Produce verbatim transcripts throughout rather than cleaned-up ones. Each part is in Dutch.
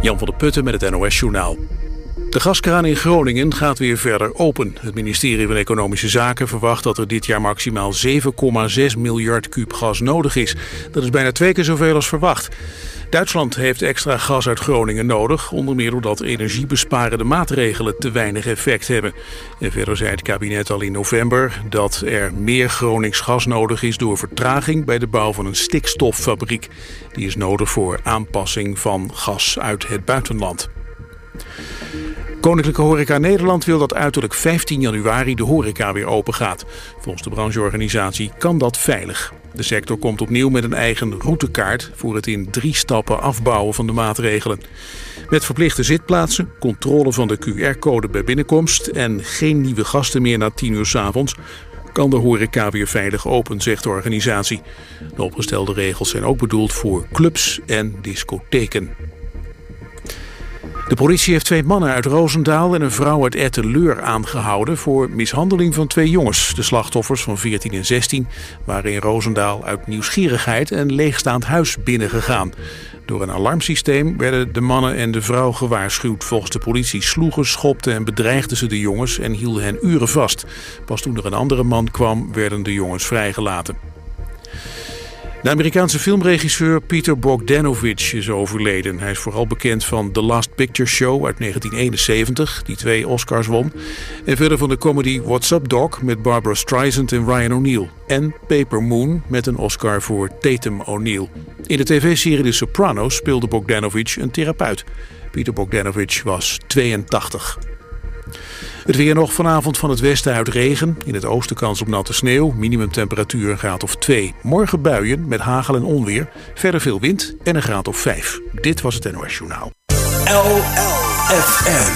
Jan van der Putten met het N O S-journaal. De gaskraan in Groningen gaat weer verder open. Het ministerie van Economische Zaken verwacht dat er dit jaar maximaal zeven komma zes miljard kuub gas nodig is. Dat is bijna twee keer zoveel als verwacht. Duitsland heeft extra gas uit Groningen nodig, onder meer doordat energiebesparende maatregelen te weinig effect hebben. En verder zei het kabinet al in november dat er meer Gronings gas nodig is door vertraging bij de bouw van een stikstoffabriek. Die is nodig voor aanpassing van gas uit het buitenland. Koninklijke Horeca Nederland wil dat uiterlijk vijftien januari de horeca weer open gaat. Volgens de brancheorganisatie kan dat veilig. De sector komt opnieuw met een eigen routekaart voor het in drie stappen afbouwen van de maatregelen. Met verplichte zitplaatsen, controle van de Q R-code bij binnenkomst en geen nieuwe gasten meer na tien uur 's avonds kan de horeca weer veilig open, zegt de organisatie. De opgestelde regels zijn ook bedoeld voor clubs en discotheken. De politie heeft twee mannen uit Roosendaal en een vrouw uit Etteleur aangehouden voor mishandeling van twee jongens. De slachtoffers van veertien en zestien waren in Roosendaal uit nieuwsgierigheid een leegstaand huis binnengegaan. Door een alarmsysteem werden de mannen en de vrouw gewaarschuwd. Volgens de politie sloegen, schopten en bedreigden ze de jongens en hielden hen uren vast. Pas toen er een andere man kwam, werden de jongens vrijgelaten. De Amerikaanse filmregisseur Peter Bogdanovich is overleden. Hij is vooral bekend van The Last Picture Show uit negentien eenenzeventig, die twee Oscars won. En verder van de comedy What's Up Doc met Barbara Streisand en Ryan O'Neal. En Paper Moon met een Oscar voor Tatum O'Neal. In de tv-serie The Sopranos speelde Bogdanovich een therapeut. Peter Bogdanovich was tweeëntachtig. Het weer nog, vanavond van het westen uit regen. In het oosten kans op natte sneeuw. Minimumtemperatuur een graad of twee. Morgen buien met hagel en onweer. Verder veel wind en een graad of vijf. Dit was het N O S Journaal. L F M.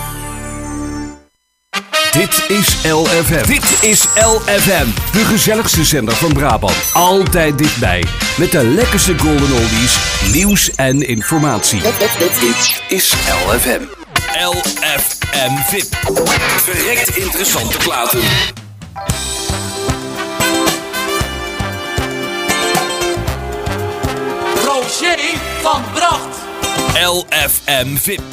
Dit is L F M. Dit is L F M. De gezelligste zender van Brabant. Altijd dichtbij. Met de lekkerste golden oldies, nieuws en informatie. Dit is L F M. L F M V I P. Verrekt interessante platen. Roger van Bracht. L F M V I P.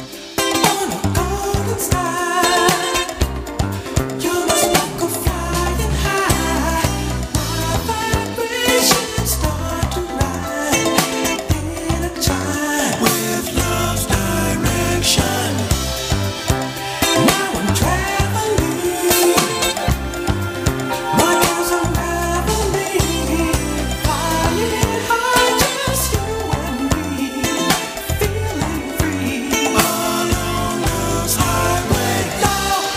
All along those highways.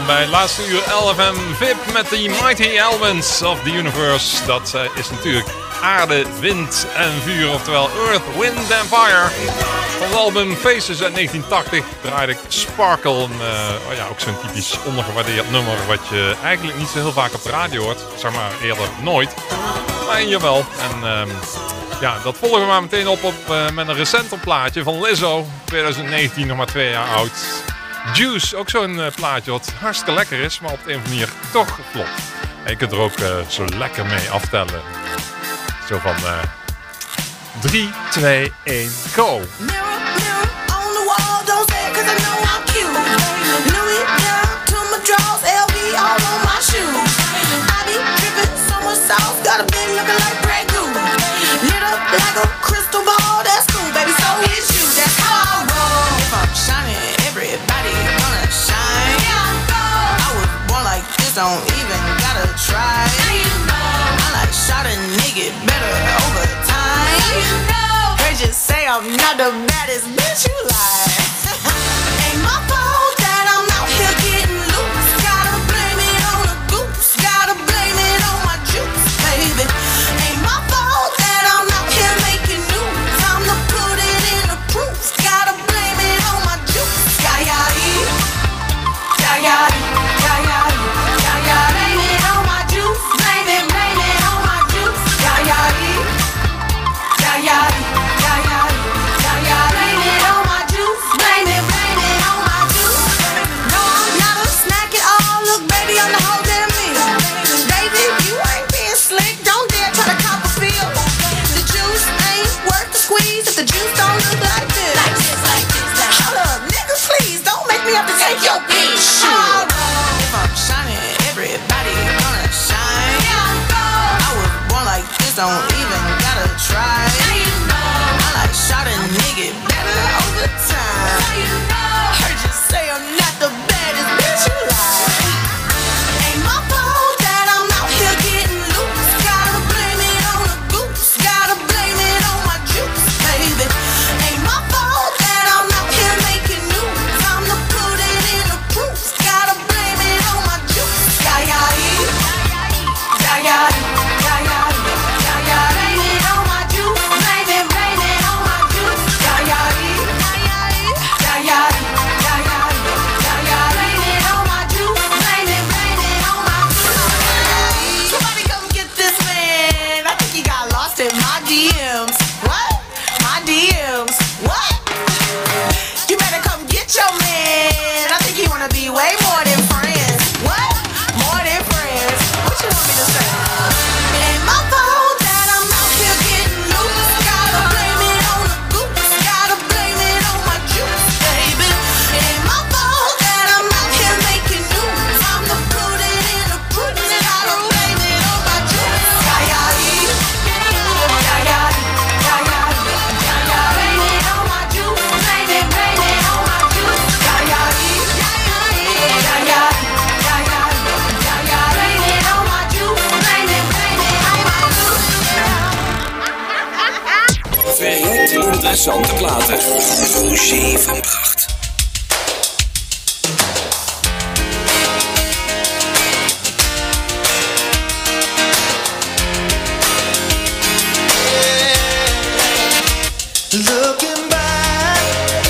welkom bij het laatste uur L F M V I P met de Mighty Elements of the Universe. Dat uh, is natuurlijk aarde, wind en vuur, oftewel Earth, Wind and Fire. Van het album Faces uit negentien tachtig draaide ik Sparkle. Een, uh, oh ja, ook zo'n typisch ondergewaardeerd nummer wat je eigenlijk niet zo heel vaak op de radio hoort. Zeg maar eerder nooit. Maar jawel. En uh, ja, dat volgen we maar meteen op, op uh, met een recenter plaatje van Lizzo. twintig negentien, nog maar twee jaar oud. Juice, ook zo'n uh, plaatje wat hartstikke lekker is, maar op de een of andere manier toch klopt. En je kunt er ook uh, zo lekker mee aftellen. Zo van uh, drie, twee, één, go! Don't even gotta try. You know. I like shot a nigga better over time. You know. Heard you say I'm not the baddest bitch you like. Ain't my fault that I'm out here getting loose. Gotta blame it on the goose. Gotta blame it on my juice, baby. Ain't my fault that I'm out here making news. Time to put it in the proof. Gotta blame it on my juice. Yeah, yeah, yeah, yeah, yeah. Take your bitch. Oh, no. If I'm shining, everybody gonna shine. Yeah, I was born like this, don't even gotta try. Now you know. I like shot a nigga better over time. Now you know. Heard you say I'm not the baddest bitch you like. Ain't my fault that I'm out here getting loose. Gotta blame it on the goose. Gotta blame it on my juice, baby. Ain't my fault that I'm out here making news. Time to put it in the proof. Gotta blame it on my juice. Yeah, yeah, yeah. Yeah, yeah, yeah, yeah. Yeah, yeah, blame it on my juice. Blame it, blame it on my juice. Yeah, yeah, yeah. Yeah, yeah, yeah, yeah, yeah. Yeah, yeah, blame it on my juice. Blame it, blame it on my juice. Somebody come get this man. I think he got lost in my D Ms. What? My D Ms. What? You better come get your man. I think he wanna be way more than friends. What? More than friends. What you want me to say? It ain't my fault that I'm out here getting loose. Gotta blame it on the goose. Gotta blame it on my juice, baby. It ain't my fault that I'm out here making news. Time to put it in the proof. Gotta blame it on my juice. Yeah, yeah, yeah. Yeah, yeah, yeah, yeah. Yeah, yeah, blame it on my juice. Blame it, blame it on my juice. Yeah, yeah, yeah. Yeah, yeah, yeah, yeah, yeah. Yeah, yeah, blame it on my juice. Blame it, blame it on my juice. Verhitte interessante platen. Roger van Bracht. Looking back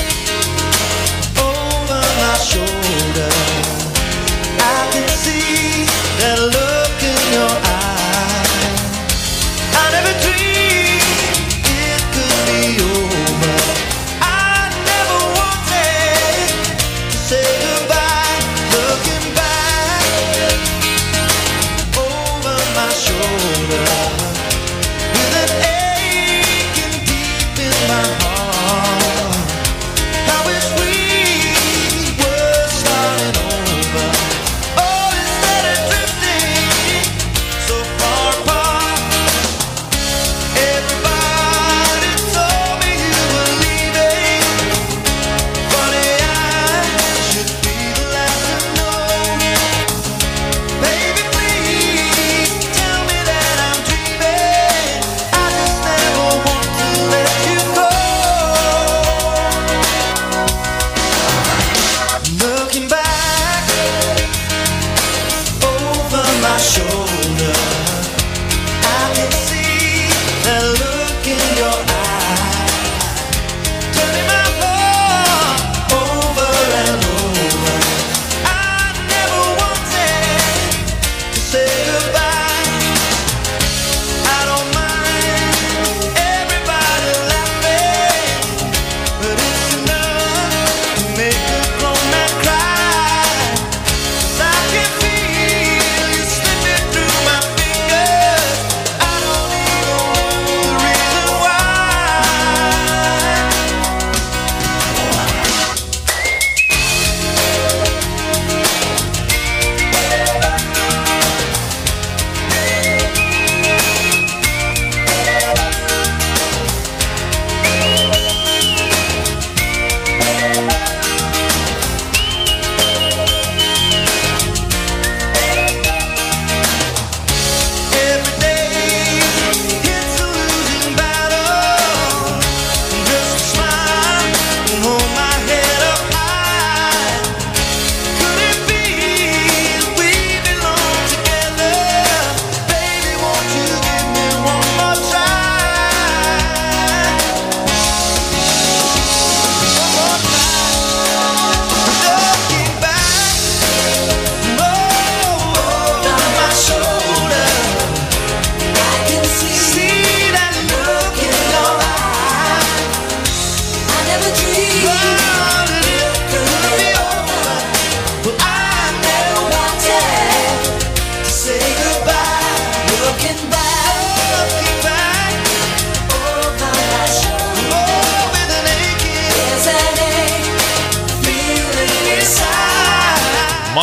over my shoulder, I can see that look in your eye. I never dreamed it could be over. I never wanted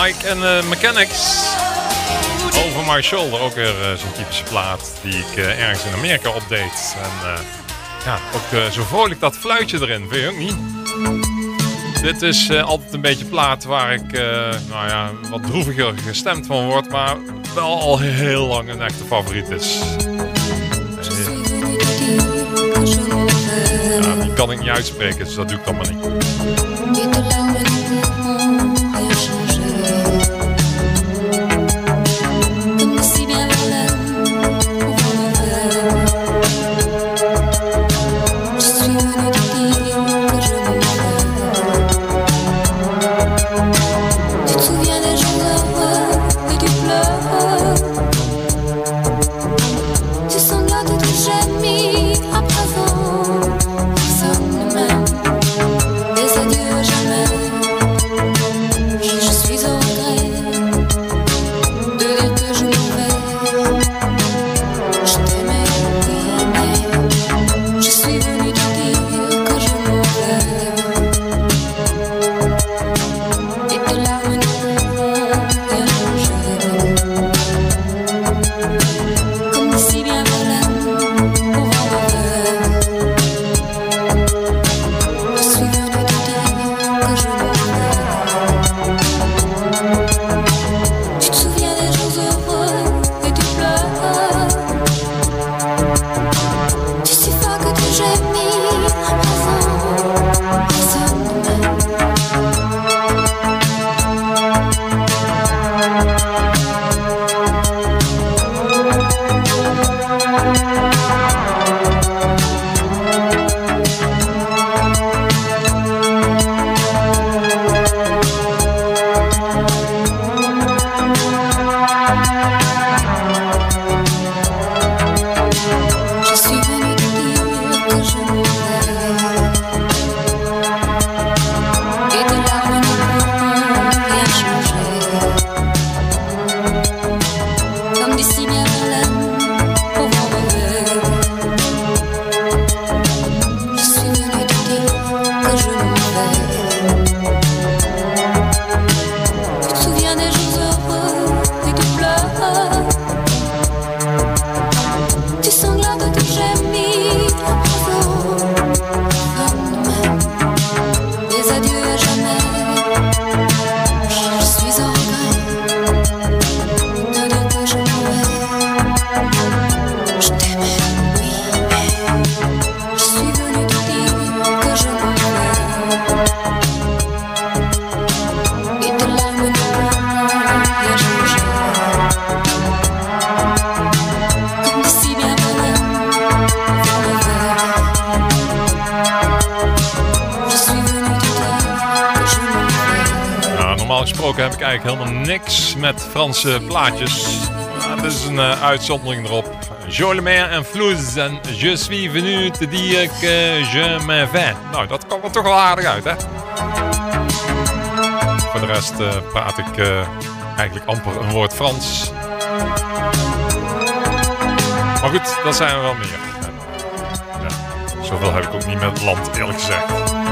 Mike and the Mechanics. Over My Shoulder, ook weer uh, zo'n typische plaat die ik uh, ergens in Amerika opdeed. En uh, ja, ook uh, zo vrolijk dat fluitje erin, vind je ook niet? Dit is uh, altijd een beetje plaat waar ik uh, nou ja, wat droeviger gestemd van word, maar wel al heel lang een echte favoriet is. Ja, die kan ik niet uitspreken, dus dat doe ik dan maar niet. Heb ik eigenlijk helemaal niks met Franse plaatjes. Ja, dit is een uh, uitzondering erop. Jolimaire en Flouz en Je suis venu te dire que je me vais. Nou, dat kwam er toch wel aardig uit, hè? Voor de rest uh, praat ik uh, eigenlijk amper een woord Frans. Maar goed, dat zijn er wel meer. En, ja, zoveel heb ik ook niet met het land, eerlijk gezegd.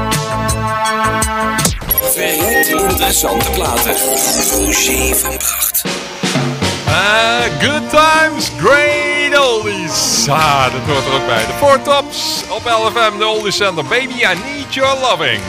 Verrijkt interessante platen. Roger van Bracht. Uh, good times, great oldies. Ah, dat hoort er ook bij. De Four Tops op L F M, de Oldies Center. Baby, I need your loving.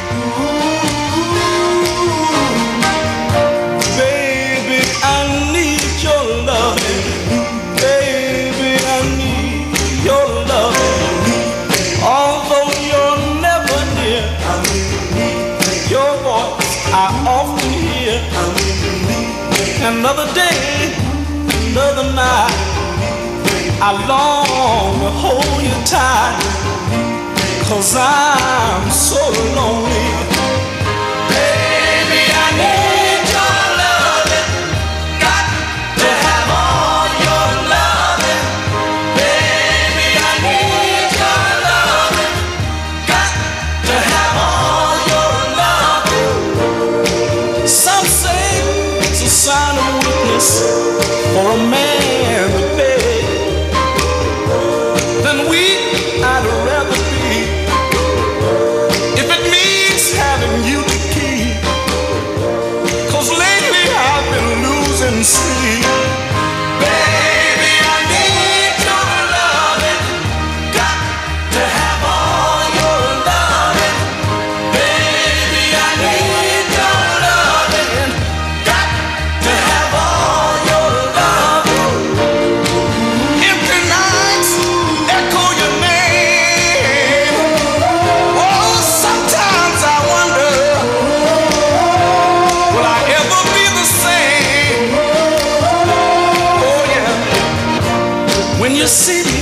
Baby, I need your loving. Baby, I need your loving. Although you're never near, your voice I often hear. Another day, another night, I long to hold you tight, 'cause I'm so lonely. Baby, I need your loving, got to have all your loving. Baby, I need your loving, got to have all your loving. Some say it's a sign of weakness for a man to beg. Then weak I'd rather be. If it means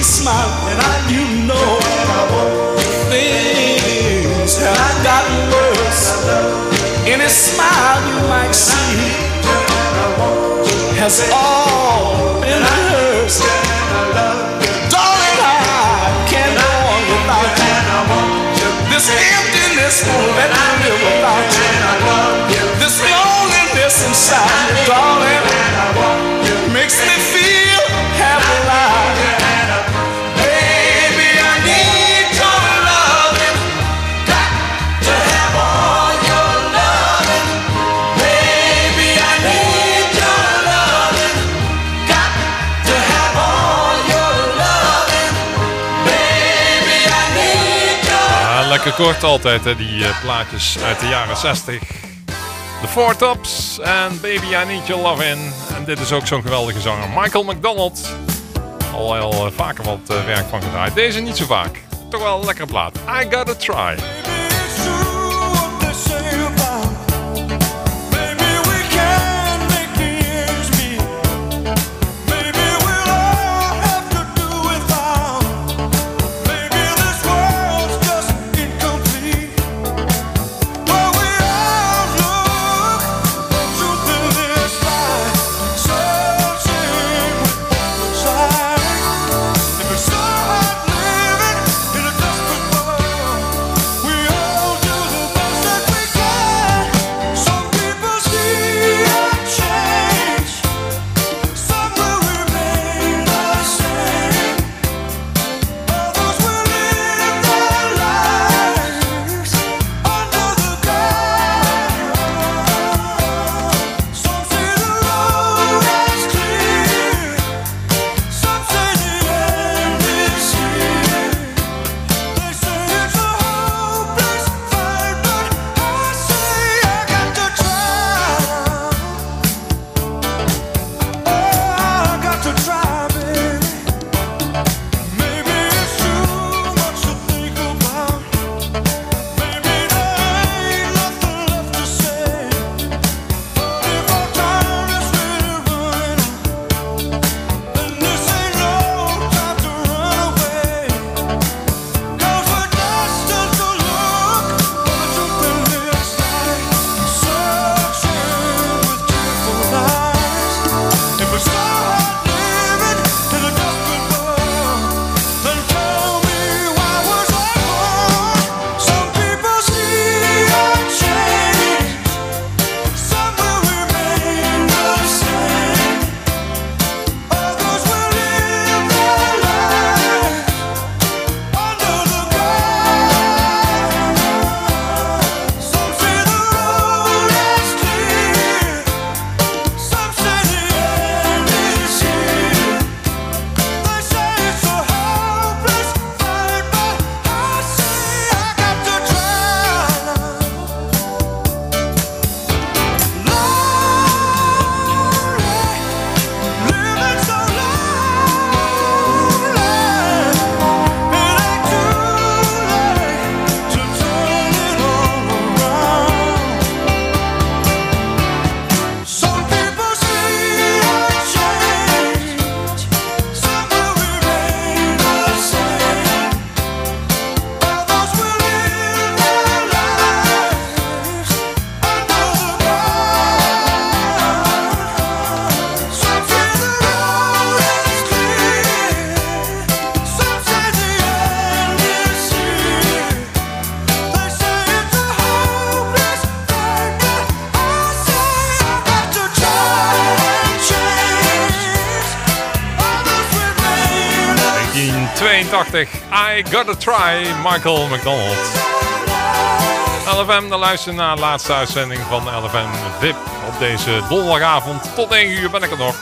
smile, and I, you know things have gotten worse. Any smile you might see has all been hers. Darling, I can't go on without you. This emptiness won't let me live without you. This loneliness inside me, darling, makes me feel half alive. Baby, I need your loving. Got to have all your loving. Baby, I need your loving. Got to have all your loving. Baby, I need your. Ja, lekker kort altijd, hè, die uh, plaatjes uit de jaren zestig. The Four Tops en Baby I Need Your Lovin'. En dit is ook zo'n geweldige zanger, Michael McDonald. Al heel uh, vaker wat uh, werk van gedraaid. Deze niet zo vaak. Toch wel een lekkere plaat. I Gotta Try. tweeëntachtig, I Gotta Try, Michael McDonald. L F M, dan luisteren naar de laatste uitzending van L F M V I P op deze donderdagavond. Tot negen uur ben ik er nog.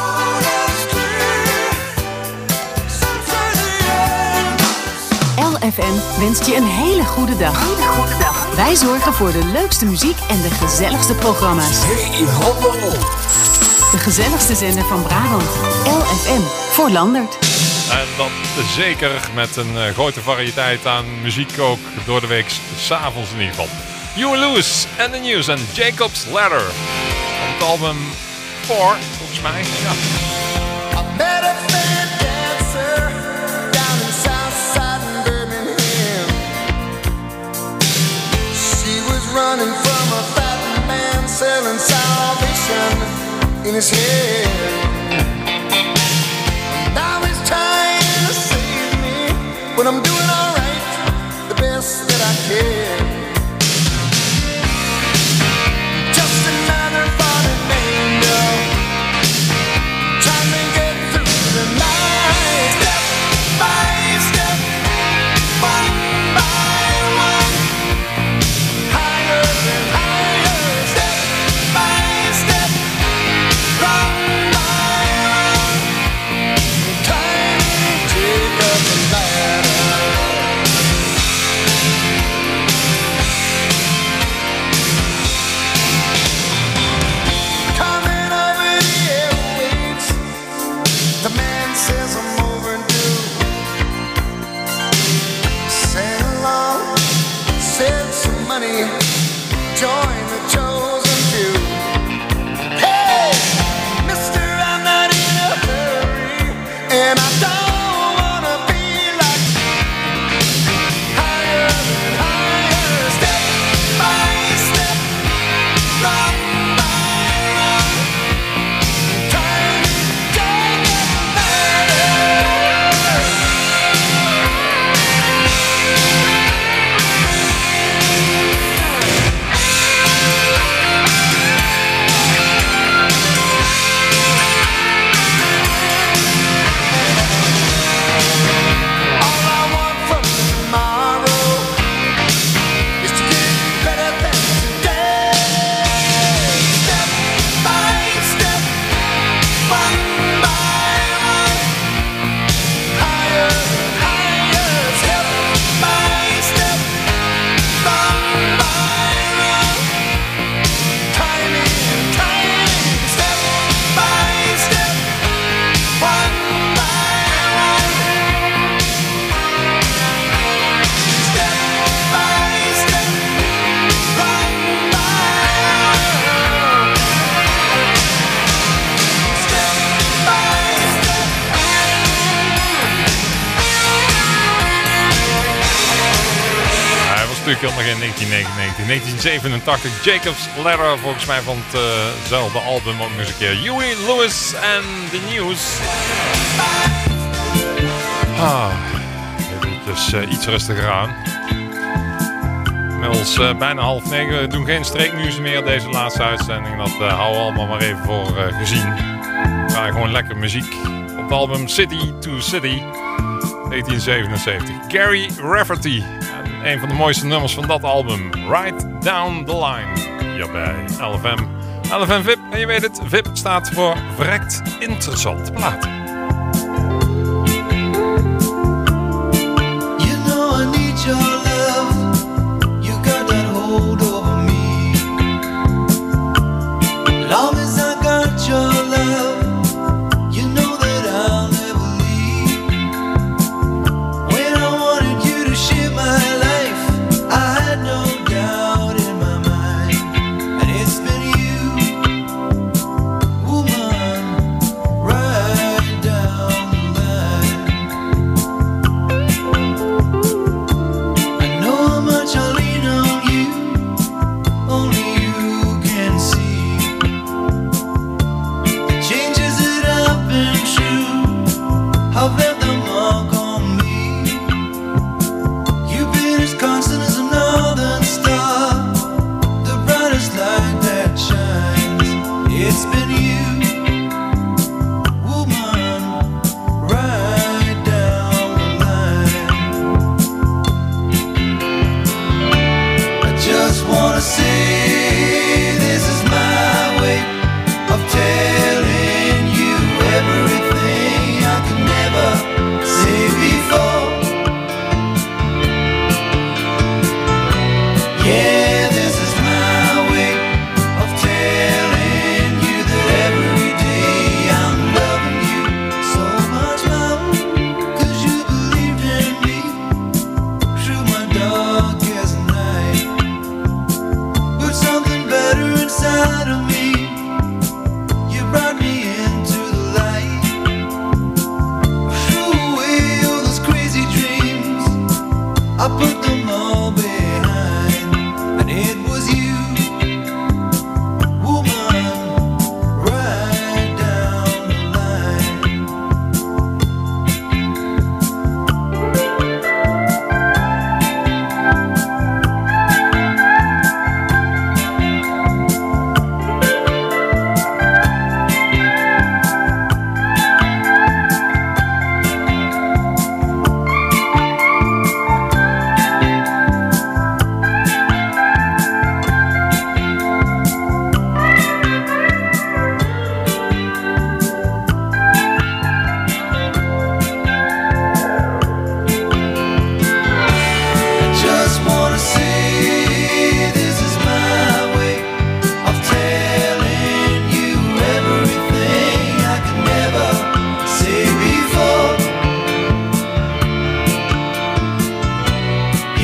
L F M wenst je een hele goede dag. Hele goede dag. Wij zorgen voor de leukste muziek en de gezelligste programma's. Hey, hallo. De gezelligste zender van Brabant. L F M voor Landert. En dat zeker met een uh, grote variëteit aan muziek ook door de week, 's avonds in ieder geval. Huey Lewis en The News en Jacob's Ladder. Van het album vier, volgens mij. Ja. I met a fan dancer in his head. Now he's trying to save me, but I'm doing alright, the best that I can. Just another fallen angel, trying to get through the night. Step by step, one by one, higher and higher. Step by step, run by run, climbing Jacob the ladder. Coming over the airwaves, the man says I'm overdue. Send along, save some money, join the chosen few. Hey, mister, I'm not in a hurry, and I don't wanna be like higher and higher. Step by step, run by run, trying to get better. All I want from tomorrow is to get better than today. Step by step, one by one, higher and higher. Step by step, run by run, climbing and climbing. Step by step, one by one. Step by step, run by run. Step by step. Hij was natuurlijk helemaal geen negentien negenennegentig. negentien zevenentachtig, Jacob's Ladder, volgens mij van hetzelfde album ook nog eens een keer. Huey Lewis en The News. Ah, het is uh, iets rustiger aan. Inmiddels uh, bijna half negen. We doen geen streeknieuws meer deze laatste uitzending. Dat uh, houden we allemaal maar even voor uh, gezien. We gaan gewoon lekker muziek. Op het album City to City, negentien zevenenzeventig. Gary Rafferty. En een van de mooiste nummers van dat album. Right Down the Line. Hier bij L F M. L F M V I P. En je weet het, V I P staat voor verrekt interessant platen. You know I need your love. You got that hold over me. Long as I got your love, you know that I'll never leave. When I wanted you to share my life, I had no doubt in my mind. And it's been you, woman, right down the line. I know how much I lean on you, only you can see the changes that have been true, have left a mark on me. You've been as constant as a northern star, the brightest light that shines. It's been you, woman, right down the line. I just wanna say this is my way of telling you everything I could never say before. Yeah, this is my way of telling you that every day I'm loving you so much, love, 'cause you believed in me through my darkest night. But something better inside of me, you brought me into the light. Threw away all those crazy dreams, I put them all behind. And it was you, woman, right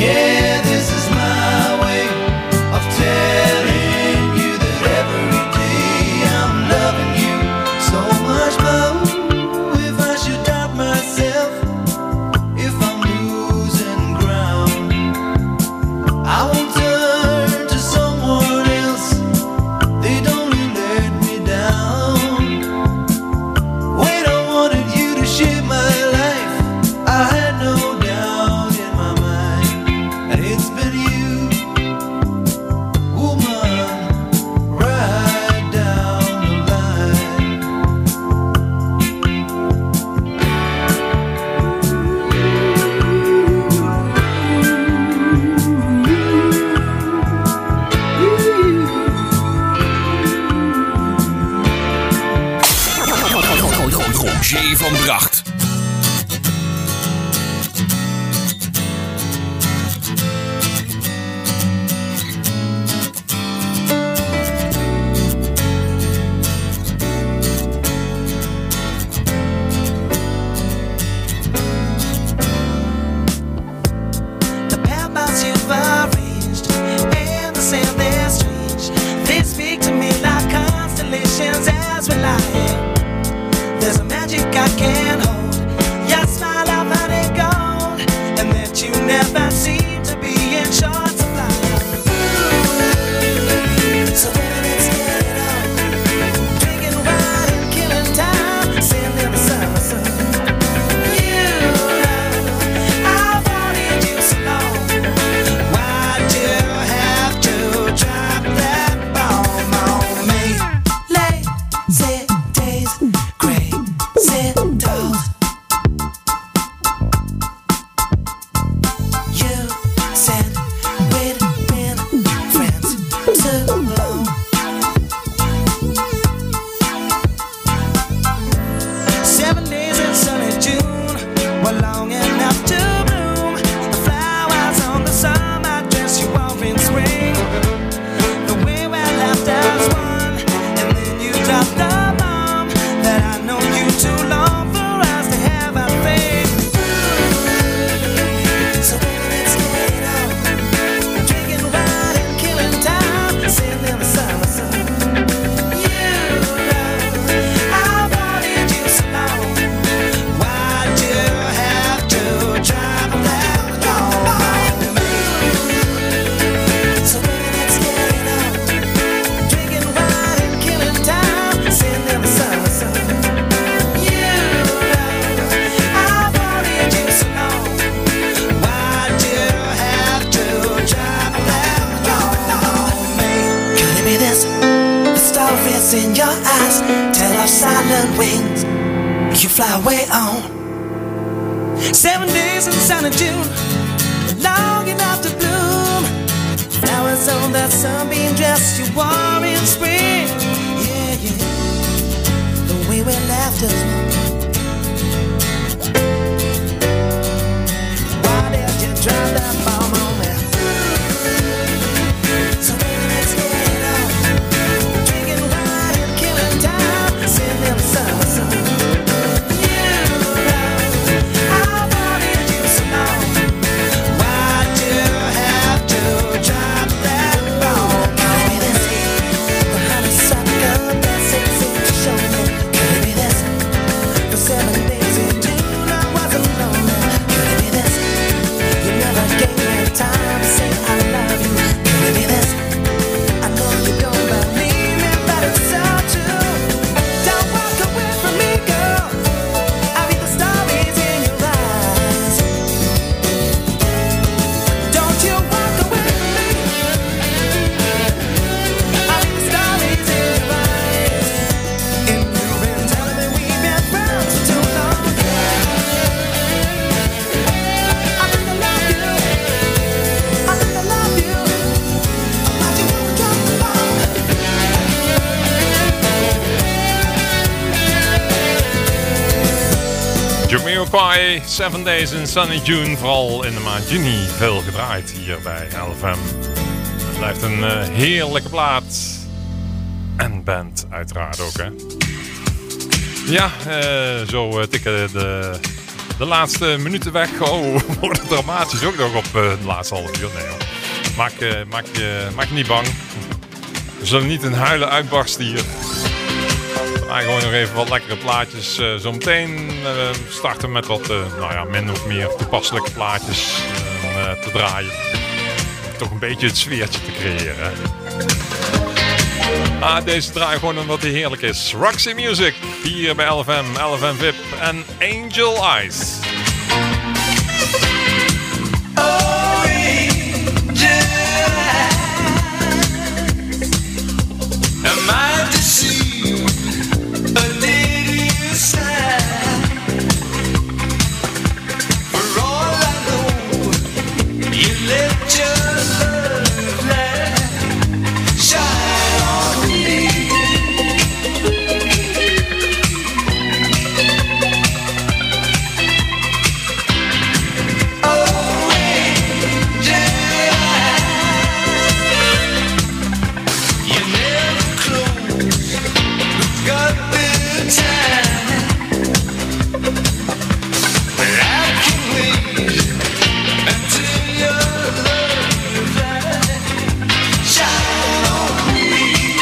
Yeah, this is my way of telling you that every day I'm loving you so much more. If I should doubt myself, if I'm losing ground, I won't turn to someone else. They'd only let me down. When I wanted you to share my life, I had no doubt in my mind. And it's been you, woman, right down the line. Roger van Bracht. The paths you've arranged and the sand they're strange. They speak to me like constellations as we lie here. There's a magic I can't hold. Your smile I've had it gold, and that you never seem to be in short supply. So baby, let's get it on. Drinking wine and killing time, sitting in the summer sun. You know I've wanted you so long. Why'd you have to drop that bomb on me? Lazy days, crazy dolls. You said we'd been friends too long. Seven days in sunny June were long enough to bloom. The flowers on the summer dress you wore in spring. The way we left as one, and then you dropped the bomb that I know you too long for us to have a thing. So baby, let's get it on. Drinking wine and killing time, sitting in the summer sun. You know I've wanted you so long. Why'd you have to drop that bomb on me? So baby, let's get it on. Drinking wine and killing time, sitting in the summer sun. You know I've wanted you so long. Why'd you have to drop that bomb on me? Could it be this? The starfish in your eyes tell off silent wings. You fly away on. Seven days in sunny June, long enough to bloom. Flowers on that sunbeam dress you wore in spring. Yeah, yeah. The way we left us. Why did you drop that bomb on me? So baby, let's get it on. Drinking wine and killing time, sitting in the summer sun. You know I wanted you so long. Why'd you have to drop that bomb? Could it be this? The honeysuckle that seems to show me. Could it be this? The seven days in June I wasn't lonely. Could it be this? You never gave me time to say I love you. Could it be this? I know you don't believe me, but it's so true. Don't walk away from me, girl. I read the stories in your eyes. Don't you walk away from me. I read the stories in your eyes. And you've been telling me we've been friends for too long. I think I love you. I think I love you. Why'd you ever drop the bomb? Jamiroquai, Seven Days in Sunny June. Vooral in de maand juni veel gedraaid hier bij L F M. Het blijft een uh, heerlijke plaat. En band uiteraard ook, hè. Ja, uh, zo uh, tikken de, de de laatste minuten weg. Oh, wordt het dramatisch ook nog op uh, de laatste half uur. Nee hoor. Maak, uh, maak, je, maak je niet bang. We zullen niet in huilen uitbarsten hier. Maar gewoon nog even wat lekkere plaatjes. Uh, Zometeen uh, starten met wat, uh, nou ja, min of meer toepasselijke plaatjes uh, te draaien. Om toch een beetje het sfeertje te creëren. Ah, deze draai gewoon omdat hij heerlijk is. Roxy Music, hier bij L F M, L F M V I P en Angel Eyes. Oh, angel, am I deceived? Or did you sigh? For all I know, you let your love light shine on me. Oh, angel, you never close. Got the time, but I can wait until your love light shine on me.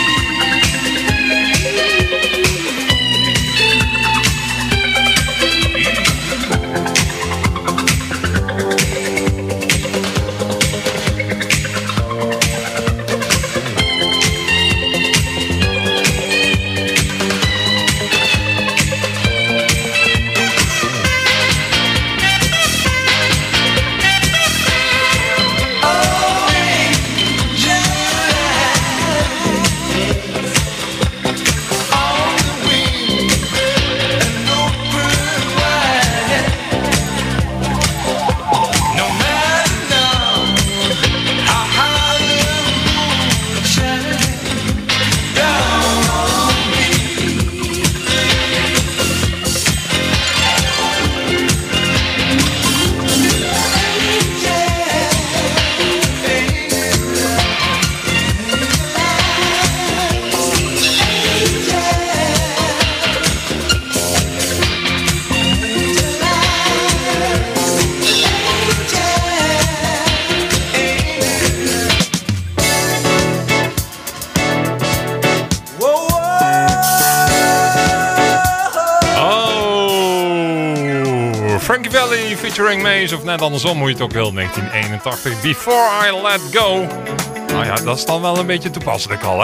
Frankie Valli featuring Maze, of net andersom hoe je het ook wil, negentien eenentachtig. Before I Let Go. Nou ja, dat is dan wel een beetje toepasselijk al, hè?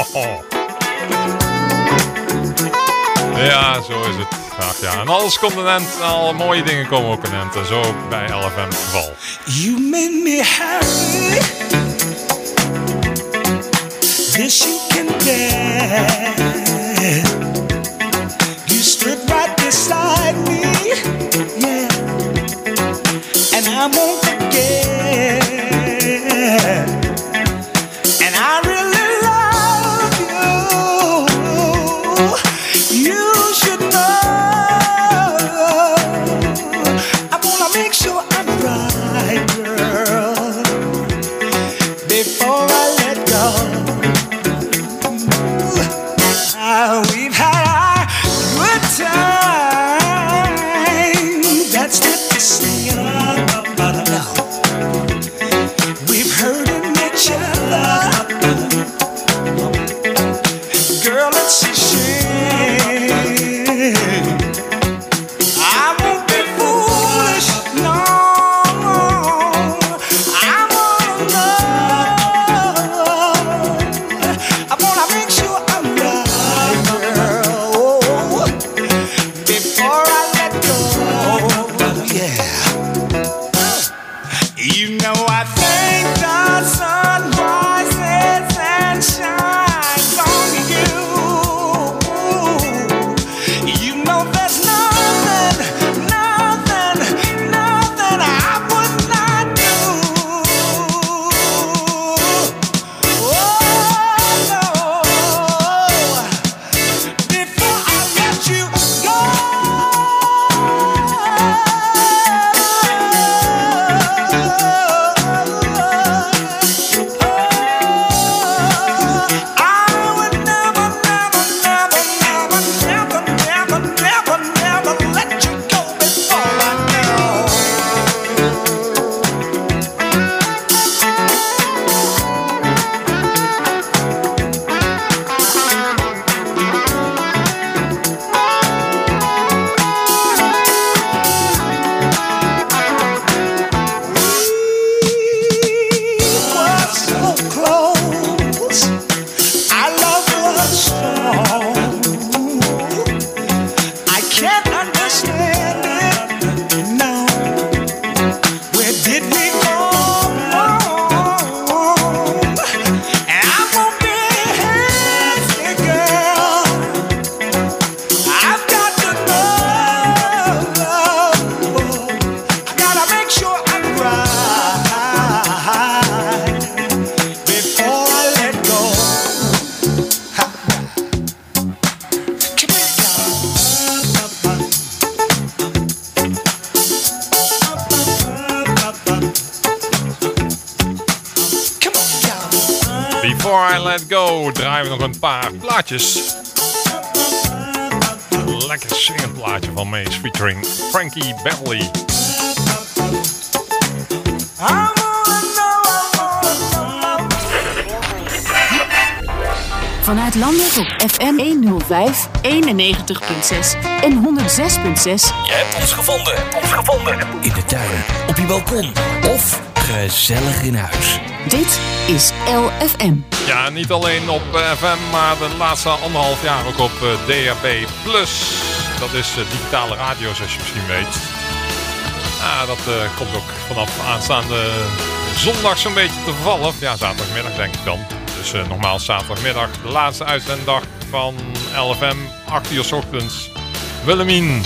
Ja, zo is het. Ach ja, en alles komt een end. Alle mooie dingen komen ook een end. En zo ook bij L F M het geval. You made me happy. This you can get. You stood right beside me. Yeah. And I won't forget. And I really love you. You should know. I wanna make sure I'm right, girl, before I let go. Uh, we've had our good time. That's what you sing about love. Before I Let Go draaien we nog een paar plaatjes. Een lekker swingend plaatje van Mace featuring Frankie Beverly. Vanuit Landert op F M honderdvijf, eenennegentig komma zes en honderdzes komma zes. Je hebt ons gevonden. Ons gevonden. In de tuin, op je balkon of gezellig in huis. Dit is L F M. Ja, niet alleen op F M, maar de laatste anderhalf jaar ook op D A B plus. Dat is digitale radio, zoals je misschien weet. Ah, dat uh, komt ook vanaf aanstaande zondag zo'n beetje te vervallen. Ja, zaterdagmiddag denk ik dan. Dus uh, nogmaals, zaterdagmiddag, de laatste uitzenddag van L F M, acht uur 's ochtends. Willemien.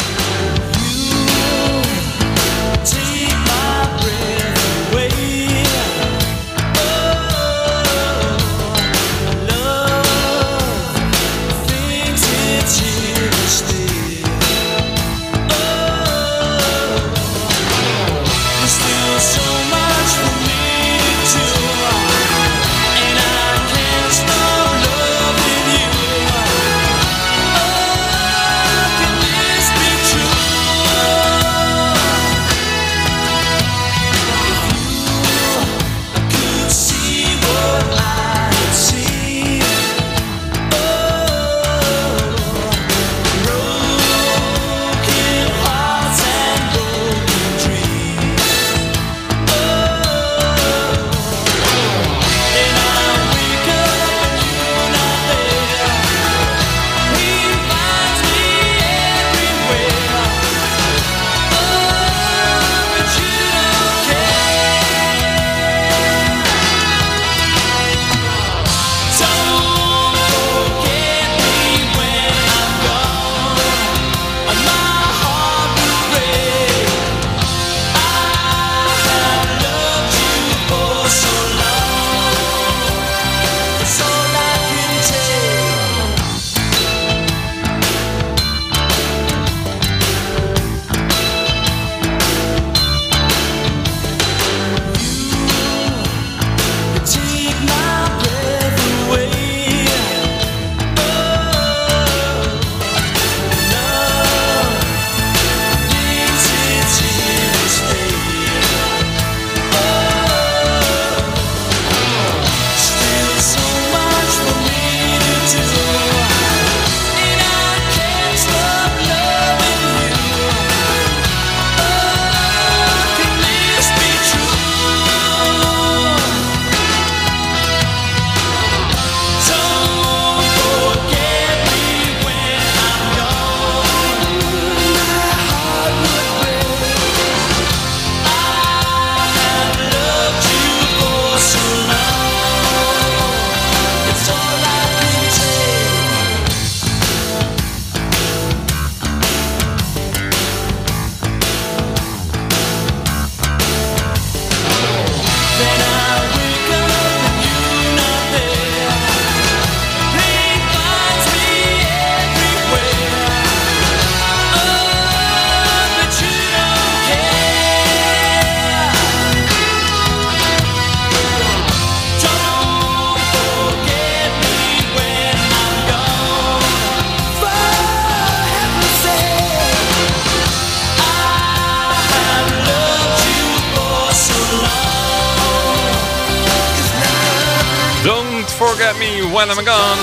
Forget Me When I'm Gone.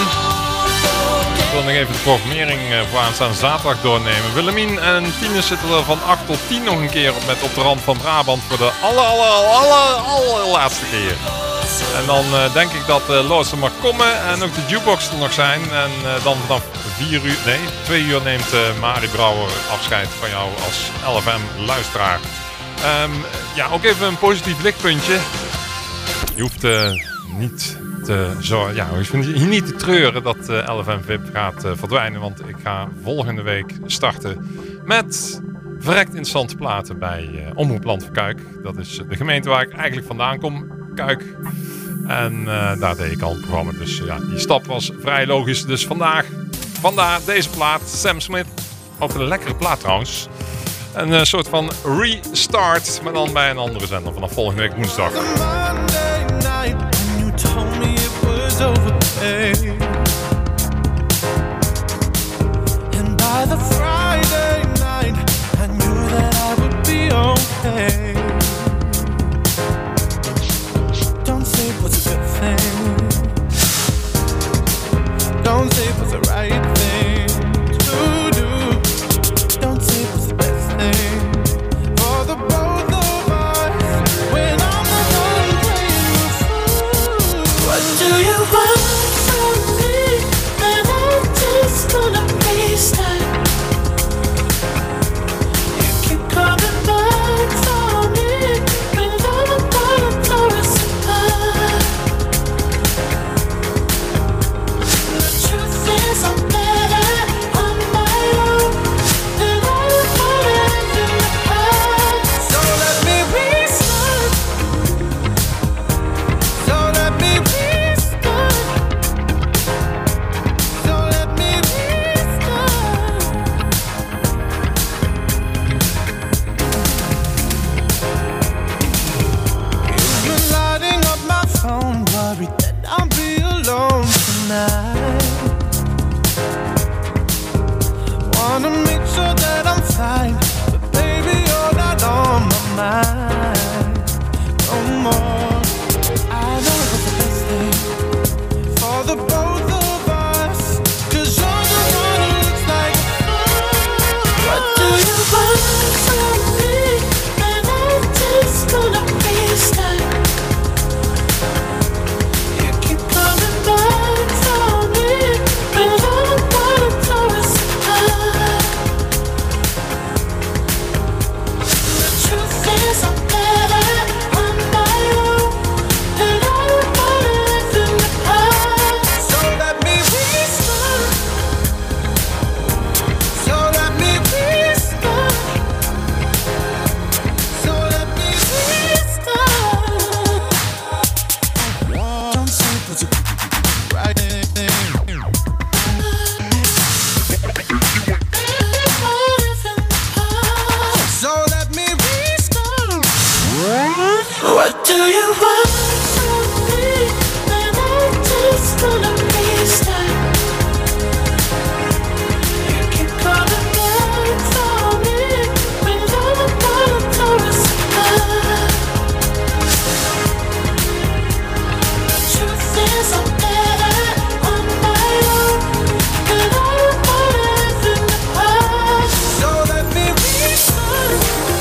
Ik wil nog even de programmering voor aanstaande zaterdag doornemen. Willemien en Tine zitten er van acht tot tien nog een keer met Op de Rand van Brabant voor de aller, aller, aller, allerlaatste keer. En dan uh, denk ik dat uh, Loos er mag komen en ook de jukebox er nog zijn. En uh, dan vanaf vier uur, nee, twee uur neemt uh, Marie Brouwer afscheid van jou als L F M-luisteraar. Um, ja, ook even een positief lichtpuntje. Je hoeft uh, niet... Te, zo, ja, ik vind hier niet te treuren dat uh, L F M V I P gaat uh, verdwijnen. Want ik ga volgende week starten met verrekt interessante platen bij uh, Omroep Land van Kuik. Dat is de gemeente waar ik eigenlijk vandaan kom, Kuik. En uh, daar deed ik al een programma. Dus uh, ja, die stap was vrij logisch. Dus vandaag, vandaar deze plaat, Sam Smith. Ook een lekkere plaat trouwens. Een uh, soort van restart, maar dan bij een andere zender vanaf volgende week woensdag. Told me it was over. day. And by the Friday night, I knew that I would be okay. Don't say it was a good thing. Don't say it was the right thing to do. Don't say it was the best thing for the both of us. When I'm the one playing the fool. What do you want from me? And I'm just gonna be stuck. You keep coming back for me, but I'm gonna tear us apart. The truth is I'm better on my own, and I don't wanna live in the past. So let me restart. So let me restart. So let me restart. You've been lighting up my phone, worried that I'll be alone tonight. Wanna make sure that I'm fine, but baby, you're not on my mind no more. I know it was the best thing for the both of us, 'cause you're the one who looks like a fool. What do you want from me? And I'm just gonna be stuck. You keep coming back for me, but I don't wanna tear us apart. The truth is I'm better on my own, and I don't wanna live in the past. So let me restart. So let me restart. So let me restart. Don't say it was a right thing. So let me restart. What do you want from me? And I'm just gonna be stuck. You keep coming back for me, but I don't wanna tear us apart. The truth is I'm better on my own, and I don't wanna live in the past. So let me restart.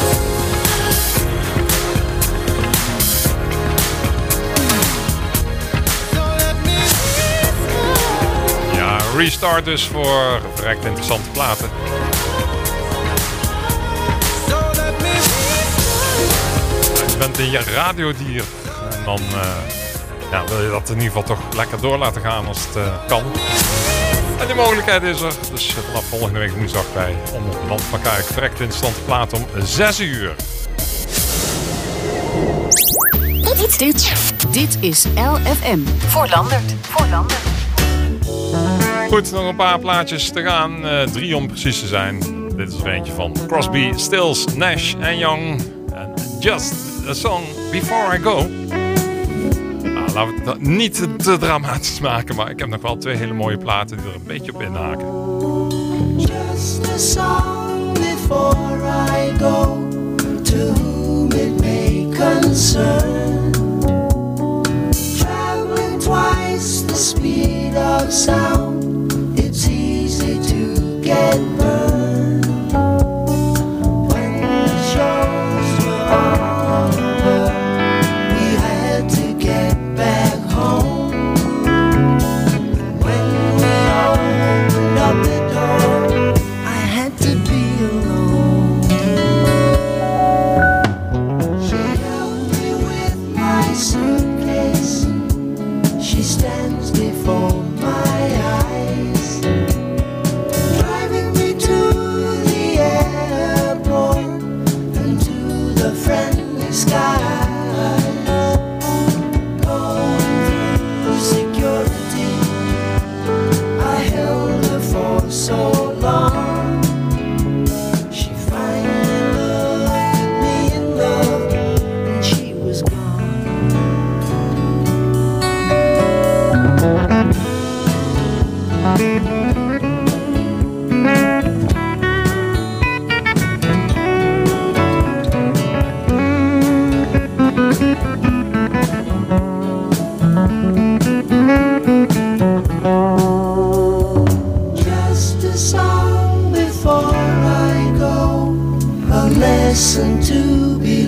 So let me restart. Ja, restart dus voor verrekt interessante platen. So let me restart. Je bent een radiodier. En dan eh, ja, wil je dat in ieder geval toch lekker door laten gaan als het eh, kan. En die mogelijkheid is er. Dus eh, vanaf volgende week woensdag bij Omroep Land van Kuik. Verrekt interessante plaat om zes uur. Dit, dit, dit is L F M. Voor Landert. Voor Landert. Goed, nog een paar plaatjes te gaan. Uh, drie om precies te zijn. Dit is er eentje van Crosby, Stills, Nash en Young. En Just a Song Before I Go. Nou, laten we het niet te dramatisch maken. Maar ik heb nog wel twee hele mooie platen die er een beetje op inhaken. Just a song before I go, to whom it may concern. Traveling twice the speed of sound, it's easy to get burned. When the shows were over, we had to get back home. When we opened up the door, I had to be alone. She helped me with my suitcase. She stands before my eyes. Just a song before I go, a lesson to be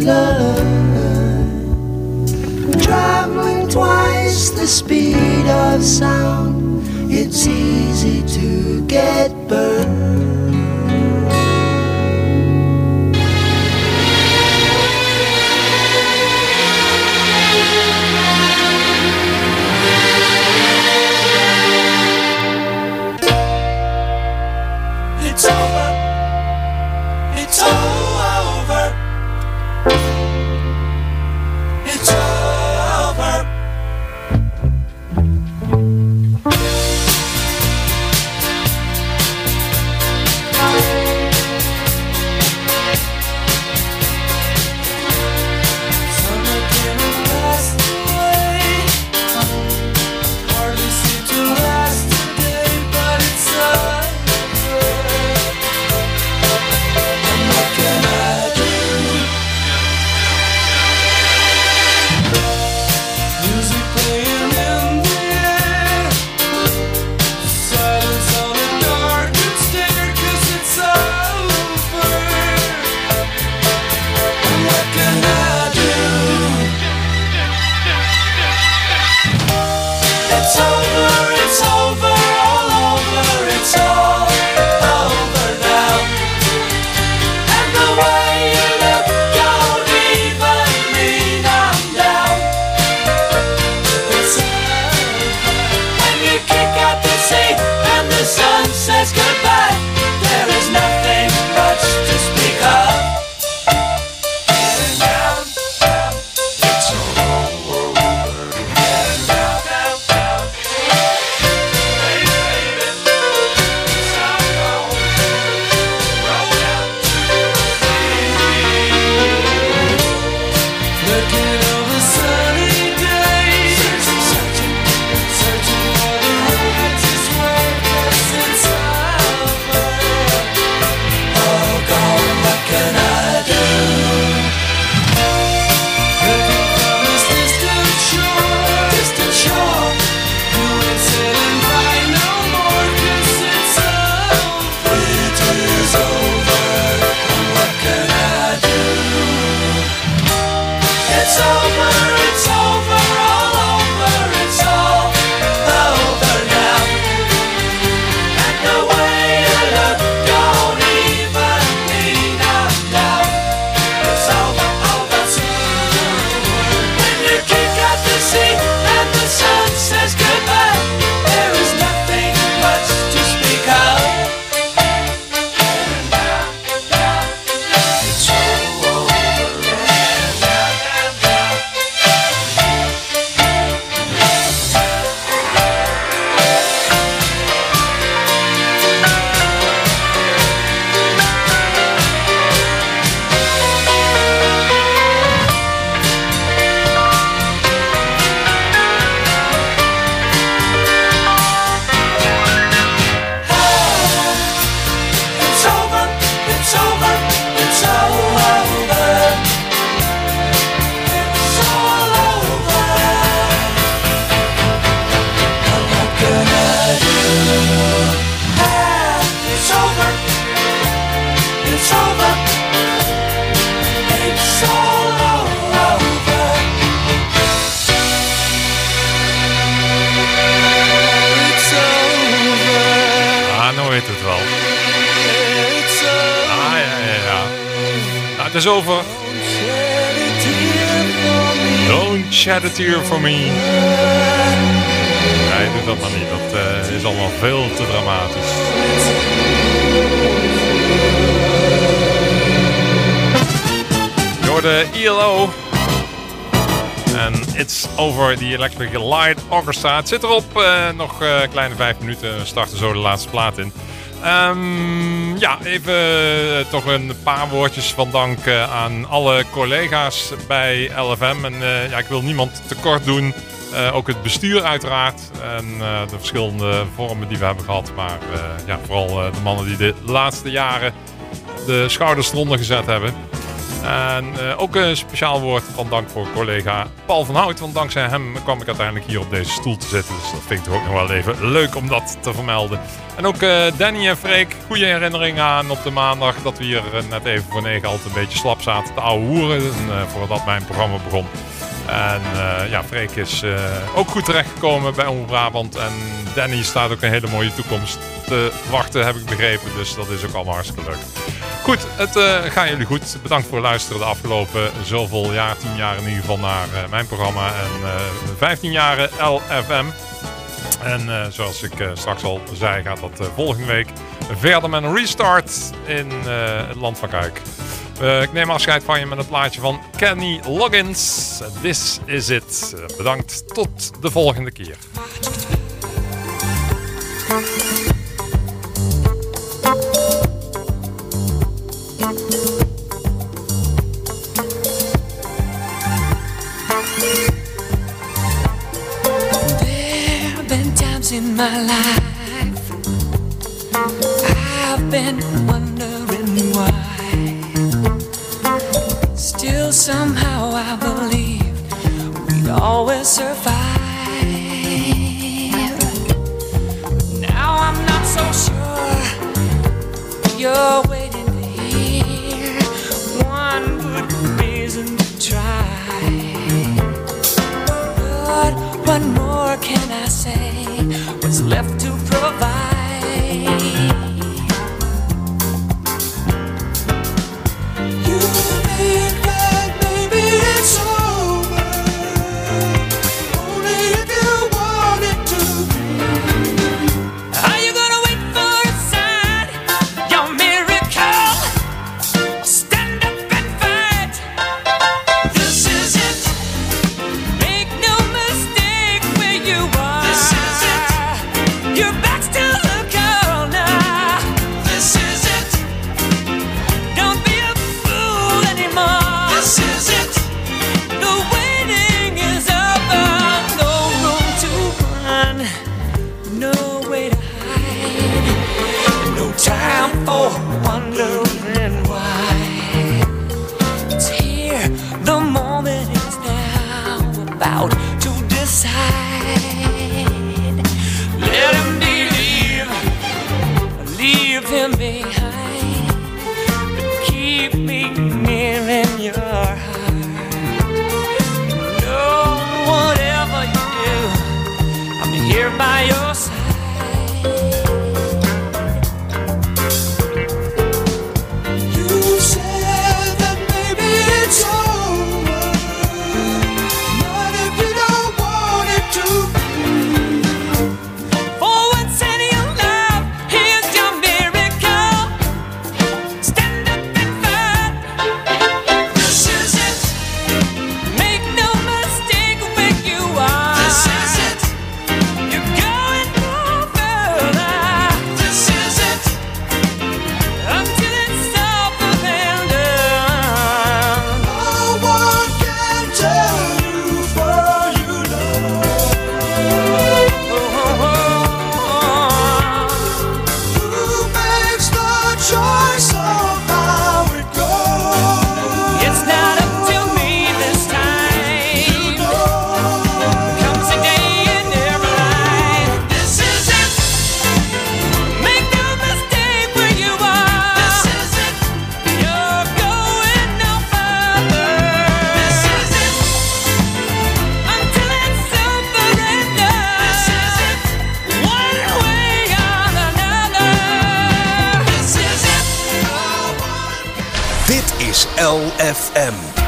learned. Traveling twice the speed of sound, it's easy to get burned. It's over. It's over. It's over. Summer came and passed away. Hardly seemed to last a day, but it's over. What can I do? Music playing in the air, silence on a darkened stair, 'cause it's over. And what can I do? It's over, it's over, all over, it's all over now. And the way you look don't even mean I'm down. It's over. When you kick out the sea and the sun says goodbye, there is nothing much to speak of. Getting down, down, it's all over. Getting down, down, down. Baby, baby, it's all over. Roll down to looking over sunny days, searching, searching, searching for the righteous way. 'Cause it's over. Oh God, what can I do? Looking from this distant shore, distant shore. You ain't sailing by no more, 'cause it's over. It is over. And what can I do? It's over, it's over, all over, it's all over now. And the way you look don't even mean I'm down. It's over, over, it's over. When you kick out the sea and the sun says goodbye, there is nothing much to speak of. And down, down, it's over. And down, down, down. It's over, it's over, it's all over. It's all over. And what can I do? Ah, it's over. It's over. It's all over. It's over. Ah, nou weet het wel. It's over. Ah, ja, ja, ja. Nou, het is over. Don't shed a tear for me. Nee, doe dat maar niet. Dat uh, is allemaal veel te dramatisch. Door de E L O. En It's Over, the Electric Light Orchestra. Het zit erop. Uh, nog uh, kleine vijf minuten. We starten zo de laatste plaat in. Um, ja, even uh, toch een paar woordjes van dank uh, aan alle collega's bij L F M. En uh, ja, ik wil niemand tekort doen. Uh, ook het bestuur uiteraard. En uh, de verschillende vormen die we hebben gehad. Maar uh, ja, vooral uh, de mannen die de laatste jaren de schouders eronder gezet hebben. En uh, ook een speciaal woord van dank voor collega Paul van Hout. Want dankzij hem kwam ik uiteindelijk hier op deze stoel te zitten. Dus dat vind ik toch ook nog wel even leuk om dat te vermelden. En ook uh, Danny en Freek, goede herinnering aan op de maandag dat we hier uh, net even voor negen altijd een beetje slap zaten te ouwe hoeren. En, uh, voordat mijn programma begon. En uh, ja, Freek is uh, ook goed terechtgekomen bij Omroep Brabant. En Danny staat ook een hele mooie toekomst te wachten, heb ik begrepen. Dus dat is ook allemaal hartstikke leuk. Goed, het uh, gaat jullie goed. Bedankt voor het luisteren de afgelopen zoveel jaar, tien jaar in ieder geval, naar uh, mijn programma. En uh, vijftien jaren L F M. En uh, zoals ik uh, straks al zei, gaat dat uh, volgende week verder met een restart in uh, het land van Kuik. Uh, ik neem afscheid van je met een plaatje van Kenny Loggins. This is it. Uh, bedankt, tot de volgende keer. In my life, I've been wondering why. Still somehow I believed we'd always survive. Now I'm not so sure you're waiting to hear one good reason to try. But what more can I say? What's left to provide? You think that maybe it's over, only if you want it to. Are you gonna wait for a sign, your miracle? Stand up and fight. This is it. Make no mistake where you are. This is it. Your back's to the corner. This is it. Don't be a fool anymore. This is it. The waiting is over. No room to run, no way to hide, no time for wondering why. It's here, the moment is now, about to decide. Let him believe, leave him behind, but keep me near in your heart. No, whatever you do, I'm here by your side. You said that maybe it's over, not if you don't want it to. L F M.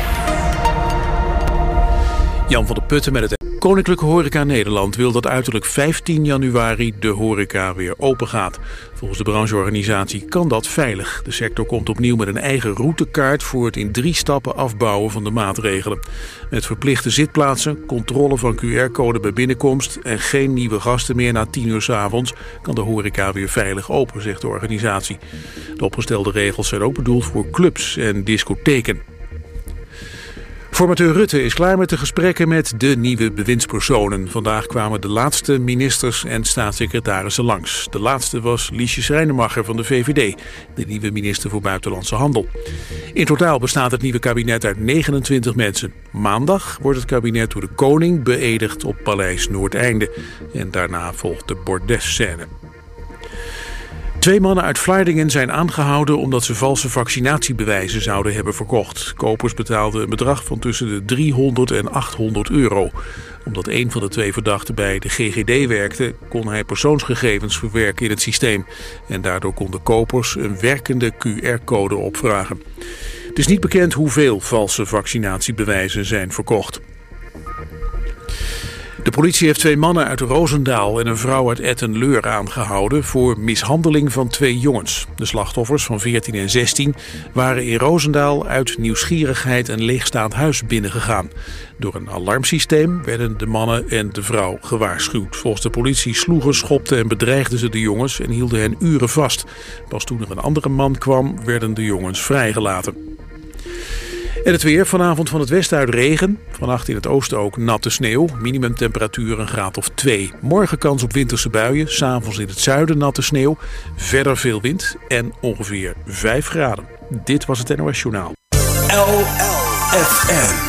Jan van der Putten met het Koninklijke Horeca Nederland wil dat uiterlijk vijftien januari de horeca weer open gaat. Volgens de brancheorganisatie kan dat veilig. De sector komt opnieuw met een eigen routekaart voor het in drie stappen afbouwen van de maatregelen. Met verplichte zitplaatsen, controle van Q R-code bij binnenkomst en geen nieuwe gasten meer na tien uur 's avonds kan de horeca weer veilig open, zegt de organisatie. De opgestelde regels zijn ook bedoeld voor clubs en discotheken. Formateur Rutte is klaar met de gesprekken met de nieuwe bewindspersonen. Vandaag kwamen de laatste ministers en staatssecretarissen langs. De laatste was Liesje Schrijnemacher van de V V D, de nieuwe minister voor Buitenlandse Handel. In totaal bestaat het nieuwe kabinet uit negenentwintig mensen. Maandag wordt het kabinet door de koning beëdigd op Paleis Noordeinde. En daarna volgt de bordesscène. Twee mannen uit Vlaardingen zijn aangehouden omdat ze valse vaccinatiebewijzen zouden hebben verkocht. Kopers betaalden een bedrag van tussen de driehonderd en achthonderd euro. Omdat een van de twee verdachten bij de G G D werkte, kon hij persoonsgegevens verwerken in het systeem. En daardoor konden kopers een werkende Q R-code opvragen. Het is niet bekend hoeveel valse vaccinatiebewijzen zijn verkocht. De politie heeft twee mannen uit Roosendaal en een vrouw uit Etten-Leur aangehouden voor mishandeling van twee jongens. De slachtoffers van veertien en zestien waren in Roosendaal uit nieuwsgierigheid een leegstaand huis binnengegaan. Door een alarmsysteem werden de mannen en de vrouw gewaarschuwd. Volgens de politie sloegen, schopten en bedreigden ze de jongens en hielden hen uren vast. Pas toen er een andere man kwam, werden de jongens vrijgelaten. En het weer, vanavond van het westen uit regen. Vannacht in het oosten ook natte sneeuw. Minimumtemperatuur een graad of twee. Morgen kans op winterse buien. 's Avonds in het zuiden natte sneeuw. Verder veel wind en ongeveer vijf graden. Dit was het N O S Journaal. L F M.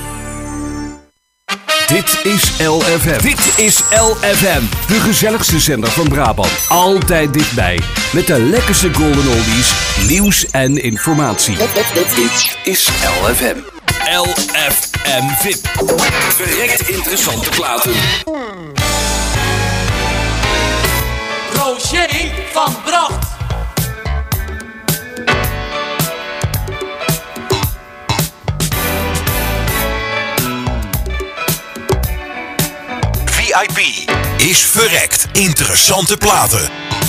Dit is L F M. Dit is L F M. De gezelligste zender van Brabant. Altijd dichtbij. Met de lekkerste golden oldies, nieuws en informatie. Dit is L F M. L F M V I P. Verrekt interessante platen. Roger van Bracht. V I P is verrekt interessante platen.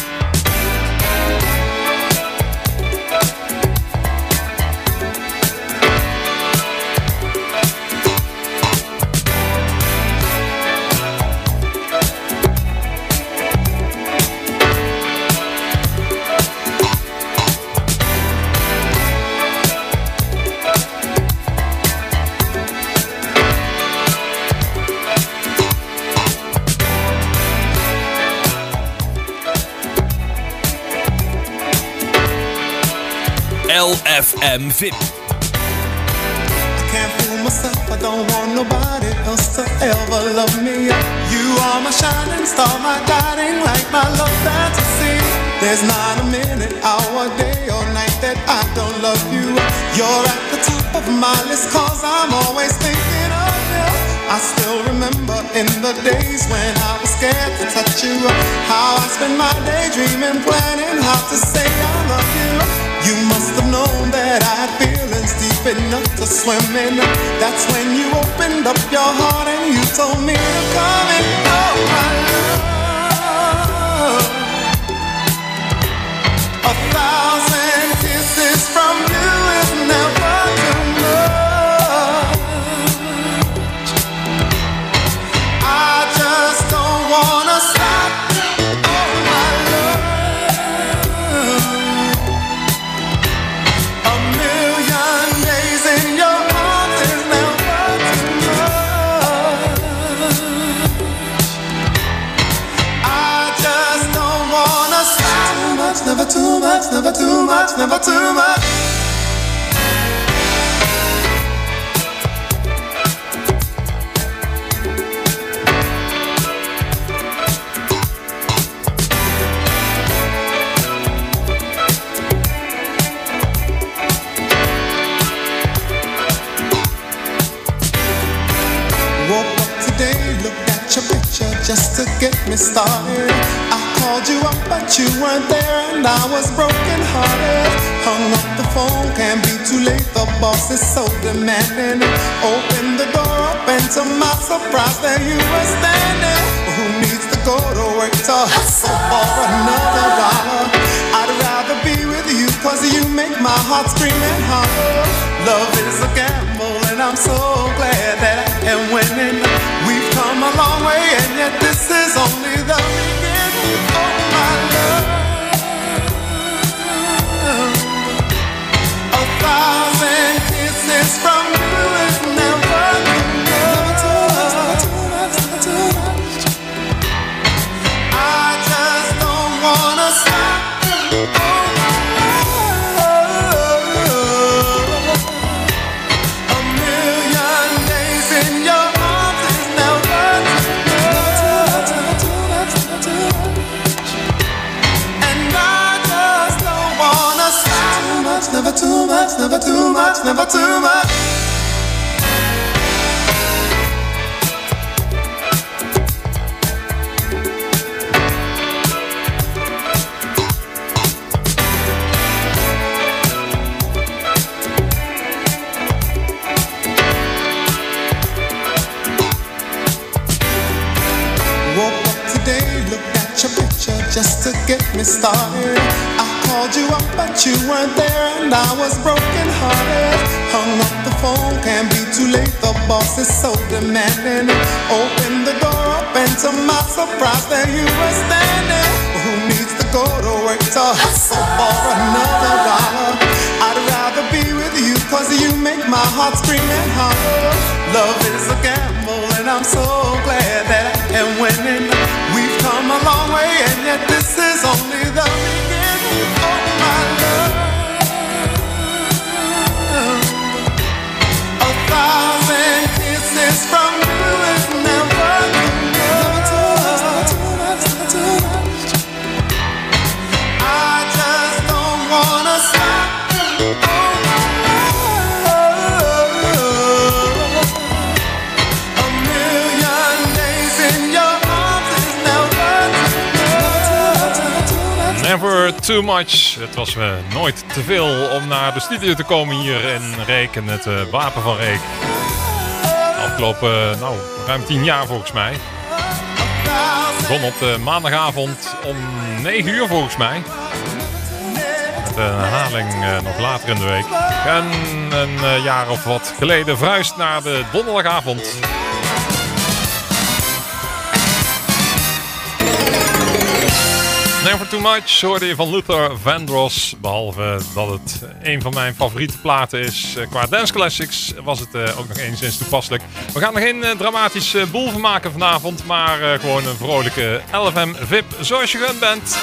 L F M V I P. I can't fool myself, I don't want nobody else to ever love me. You are my shining star, my guiding light, my love fantasy. There's not a minute, hour, day or night that I don't love you. You're at the top of my list, cause I'm always thinking of you. I still remember in the days when I was scared to touch you, how I spent my day dreaming, planning how to say I love you. You must have known that I had feelings deep enough to swim in. That's when you opened up your heart and you told me to come and know my love. A thousand kisses from you is never too much. I just don't wanna stop. Never too much, never too much, never too much. Woke up today, looked at your picture just to get me started. I called you up but you weren't there and I was broken hearted. Hung up the phone, can't be too late, the boss is so demanding. Opened the door up and to my surprise there you were standing. Who needs to go to work to hustle for another dollar? I'd rather be with you cause you make my heart scream and holler. Love is a gamble and I'm so glad that I am winning. We've come a long way and yet this is only the beginning. Oh my love, a thousand kisses from you is never much, never too much. Just to get me started, I called you up but you weren't there and I was broken hearted. Hung up the phone, can't be too late, the boss is so demanding. Opened the door up and to my surprise there you were standing. Who needs to go to work to hustle for another dollar? I'd rather be with you cause you make my heart scream and holler. Love is a gamble and I'm so glad that I am winning. We've come a long way and yet this is only the beginning of my love. A thousand kisses from you is never enough. I just don't wanna stop. Never too much. Het was uh, nooit te veel om naar de studio te komen hier in Reek, in het uh, Wapen van Reek. Afgelopen, uh, nou, ruim tien jaar volgens mij. Het begon op de maandagavond om negen uur volgens mij. Met een herhaling uh, nog later in de week. En een uh, jaar of wat geleden verhuisd naar de donderdagavond. Never Too Much hoorde je van Luther Vandross. Behalve dat het een van mijn favoriete platen is. Qua dance classics was het uh, ook nog enigszins toepasselijk. We gaan er geen uh, dramatische boel van maken vanavond. Maar uh, gewoon een vrolijke L F M V I P zoals je gewend bent.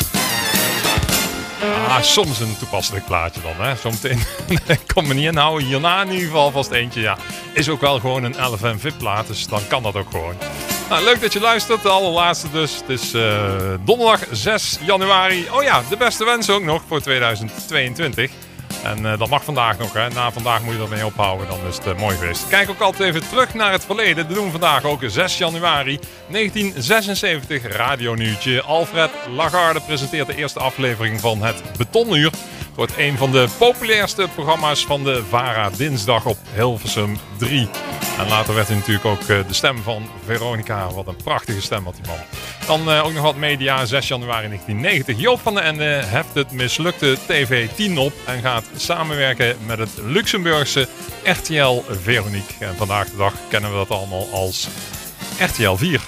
Ah, soms een toepasselijk plaatje dan, hè. Zometeen kom me niet inhouden. Hierna in ieder geval vast eentje, ja. Is ook wel gewoon een L F M V I P plaat, dus dan kan dat ook gewoon. Nou, leuk dat je luistert, de allerlaatste dus. Het is uh, donderdag zes januari. Oh ja, de beste wensen ook nog voor tweeduizend tweeëntwintig. En uh, dat mag vandaag nog, hè. Na vandaag moet je ermee ophouden, dan is het uh, mooi geweest. Kijk ook altijd even terug naar het verleden. Dat doen we vandaag ook, zes januari negentien zesenzeventig, radionieuwtje. Alfred Lagarde presenteert de eerste aflevering van het Betonuur. Het wordt een van de populairste programma's van de VARA dinsdag op Hilversum drie. En later werd hij natuurlijk ook de stem van Veronica. Wat een prachtige stem had die man. Dan uh, ook nog wat media. zes januari negentien negentig. Joop van den Ende heft het mislukte T V tien op. En gaat samenwerken met het Luxemburgse R T L Veronique. En vandaag de dag kennen we dat allemaal als R T L vier.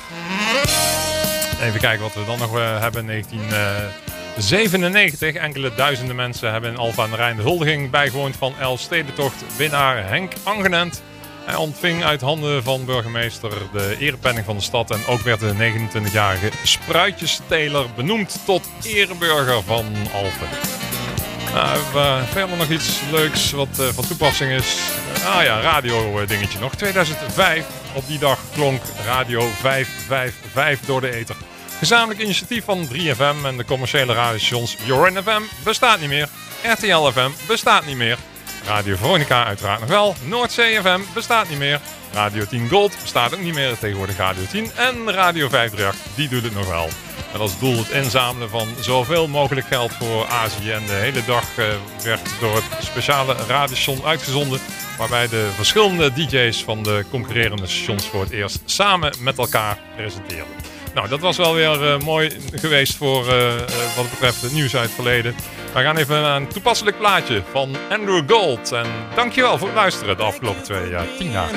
Even kijken wat we dan nog uh, hebben. negentien zevenennegentig. Enkele duizenden mensen hebben in Alphen aan de Rijn de huldiging bijgewoond van Elfstedentocht winnaar Henk Angenent. Hij ontving uit handen van burgemeester de erepenning van de stad. En ook werd de negenentwintigjarige spruitjesteler benoemd tot ereburger van Alphen. Nou, we hebben verder nog iets leuks wat uh, van toepassing is. Uh, ah ja, radio dingetje nog. tweeduizend vijf, op die dag klonk Radio vijf vijf vijf door de ether. Gezamenlijk initiatief van drie F M en de commerciële radiostations. Jorin F M bestaat niet meer. R T L F M bestaat niet meer. Radio Veronica uiteraard nog wel. Noordzee F M bestaat niet meer. Radio tien Gold bestaat ook niet meer. Tegenwoordig Radio tien. En Radio vijfhonderdachttachtig, die doet het nog wel. Met als doel het inzamelen van zoveel mogelijk geld voor Azië. En de hele dag uh, werd door het speciale radiostation uitgezonden. Waarbij de verschillende D J's van de concurrerende stations voor het eerst samen met elkaar presenteerden. Nou, dat was wel weer uh, mooi geweest voor uh, uh, wat betreft het nieuws uit het verleden. We gaan even naar een toepasselijk plaatje van Andrew Gold. En dankjewel voor het luisteren de afgelopen twee jaar, tien jaar.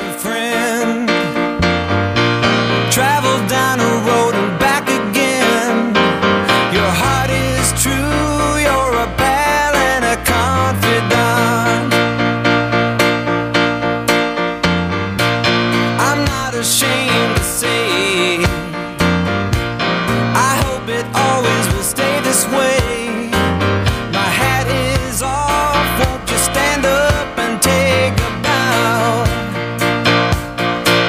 Travel down a road and back again. Your heart is true, you're a pal and a confidant. I'm not ashamed to say, I hope it always will stay this way. My hat is off, won't you stand up and take a bow?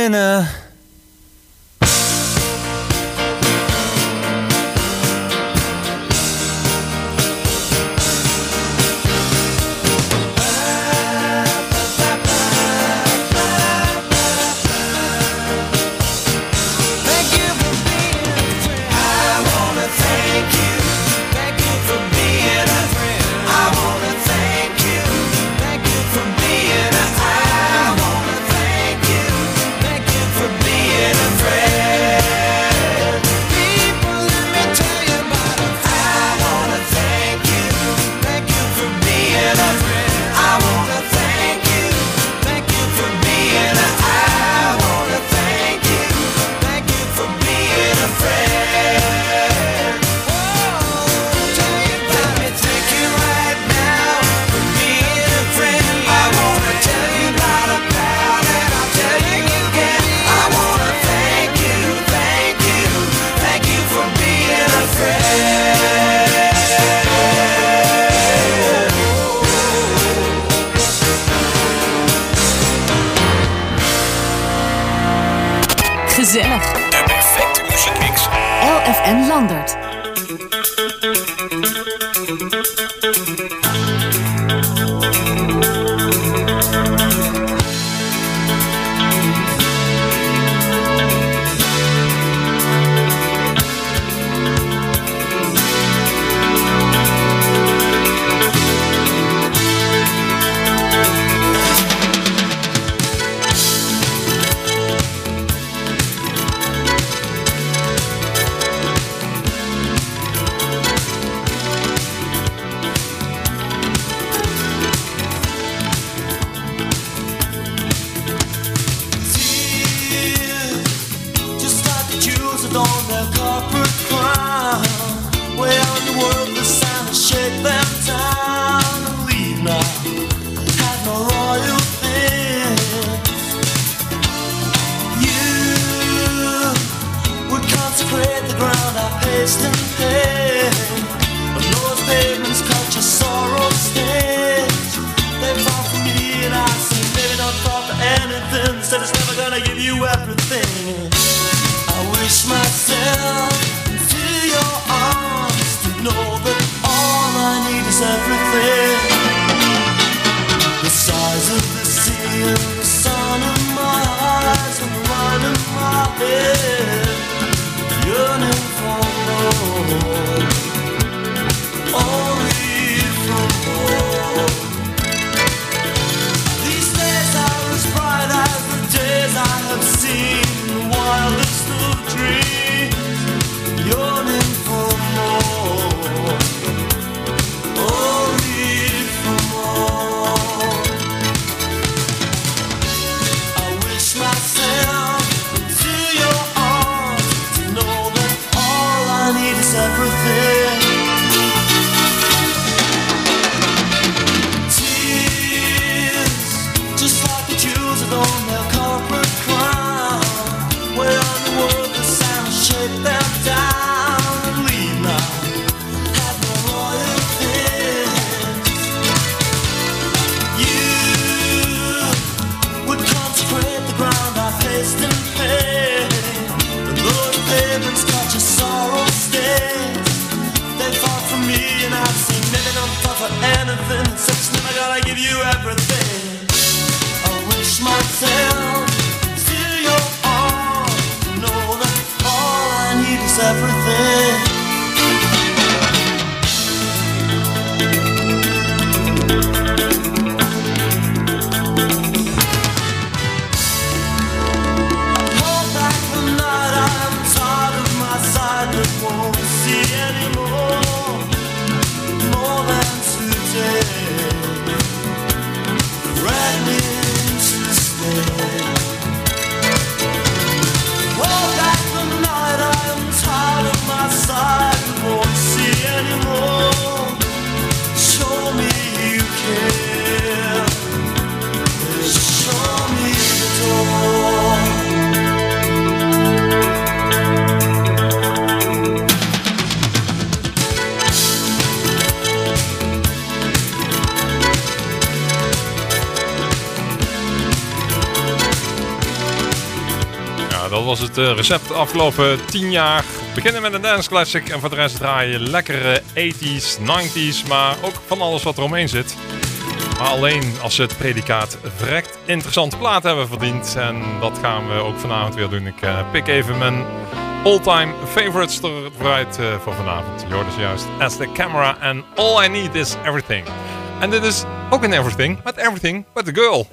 winner. Gezellig. De perfecte muziekmix. L F M Landert. Side was het uh, recept de afgelopen tien jaar. Beginnen met een dance classic en voor de rest draaien lekkere eighties, nineties, maar ook van alles wat er omheen zit. Maar alleen als ze het predicaat verrekt interessante plaat hebben verdiend. En dat gaan we ook vanavond weer doen. Ik uh, pik even mijn all-time favorites eruit uh, voor vanavond. Je hoort dus juist As the Camera and All I Need Is Everything. En dit is ook een Everything, met Everything But The Girl.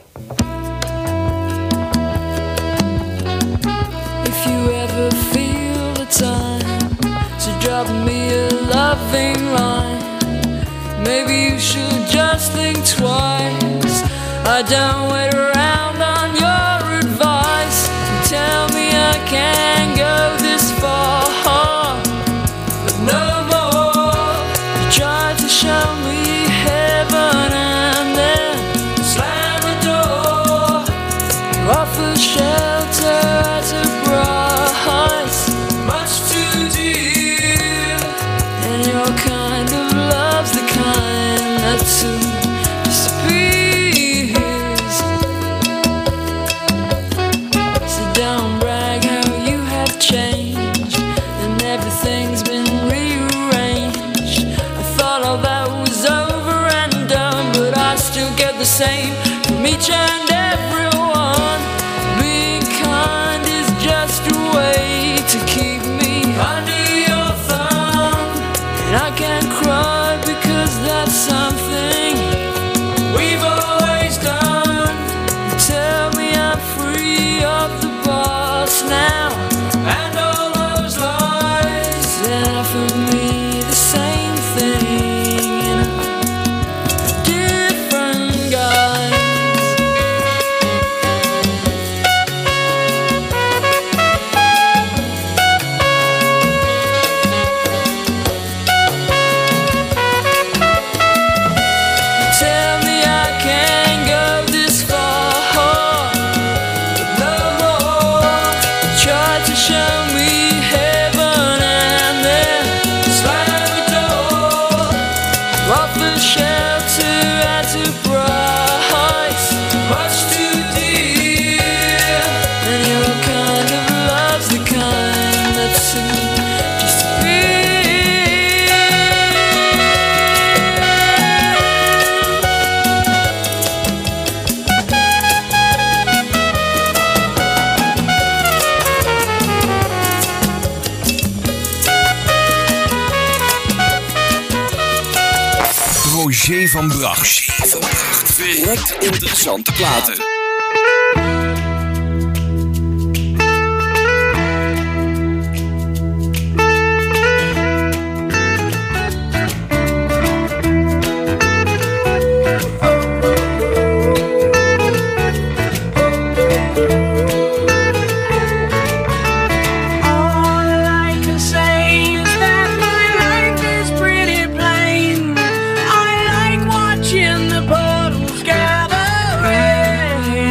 If you ever feel the time to drop me a loving line, maybe you should just think twice. I don't wait around on your advice. Tell me I can't go this far, but no more. You tried to show me heaven and then slam the door. You offer shelter at a price much too dear, and your kind of love's the kind that soon disappears. So don't brag how you have changed and everything's been rearranged. I thought all that was over and done, but I still get the same from each and everyone. Being kind is just a way to keep me under your thumb, and I can't cry because that's something we've always done. Tell me I'm free of the past now, and all those lies that offered me the same thing in a different guise. Tell me I can't go this far, but no more. Tried to show me heaven and then slam the door. Offer shelter at a price much too dear, and your kind of love's the kind that soon disappears. Roger van Bracht. Verrekt interessante platen. All I can say is that my life is pretty plain. I like watching the puddles gather rain.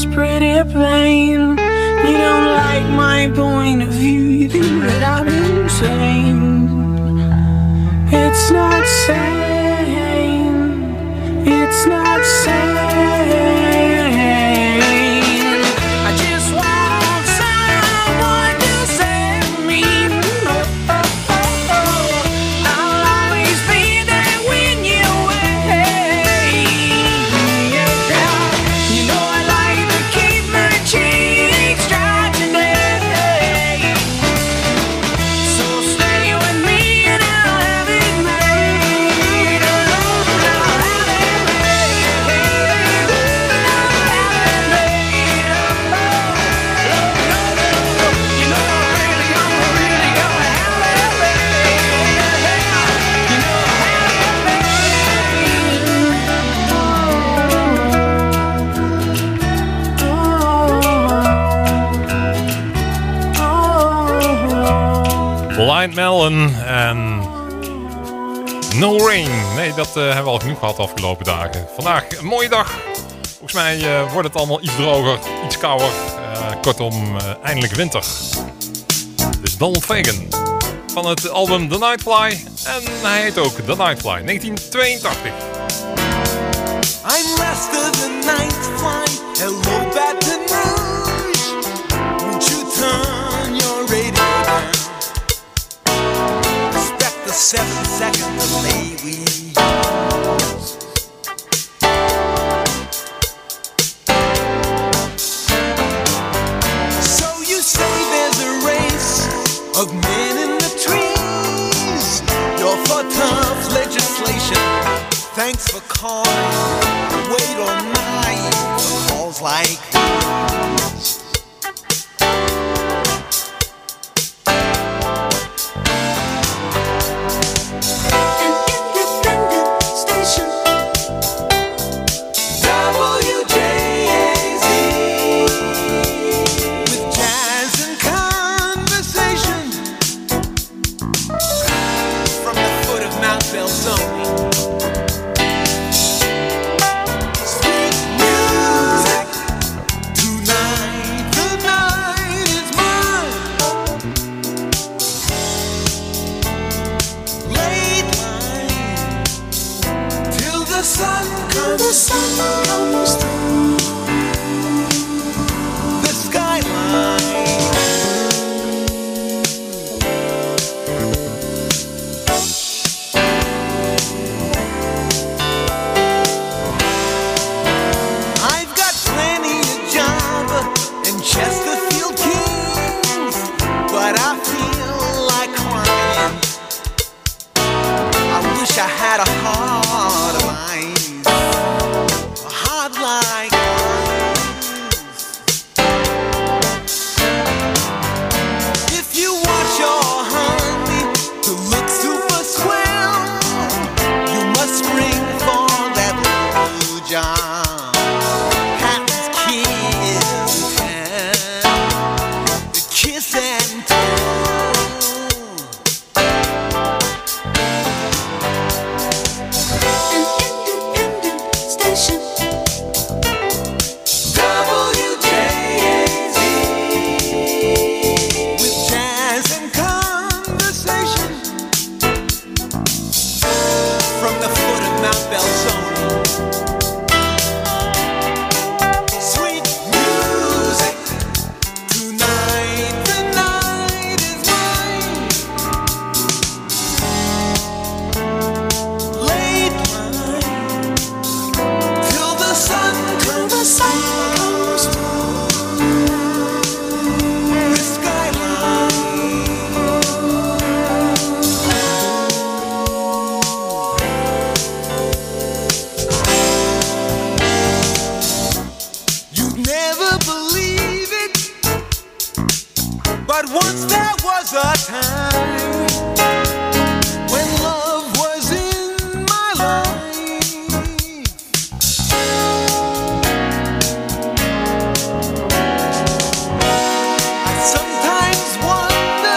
it's pretty plain. You don't like my point of view. You think that I'm insane. It's not sane. It's not sane. I just want someone to save me. Oh, oh, oh, oh. I'll always be there when you're away. Yeah. You know I like to keep my cheeks dry today. So stay with me and I'll have it made. I'll have it made. I'll have it made. You know I really, I'm really gonna have it made. You know I have Blind Melon en No Rain. Nee, dat uh, hebben we al genoeg gehad de afgelopen dagen. Vandaag een mooie dag. Volgens mij uh, wordt het allemaal iets droger, iets kouder. Uh, kortom, uh, eindelijk winter. Dus Donald Fagen van het album The Nightfly. En hij heet ook The Nightfly, negentien tweeëntachtig. I'm Lester the Nightfly. Hello, Baton Rouge. Won't you turn your radio down? Respect the seven second delay we use. So you say there's a race of men in the trees. You're for tough legislation. Thanks for calling. Wait all night for calls like these. An independent station. W J A Z. With jazz and conversation. From the foot of Mount Belzoni. The sun comes through the skyline. I've got plenty of Java and Chesterfield Kings, but I feel like crying. I wish I had a heart of iron. Like if you want your honey to look super swell, you must spring for that blue John Patton's kiss and the kiss and tell. An independent station. But once there was a time when love was in my life. I sometimes wonder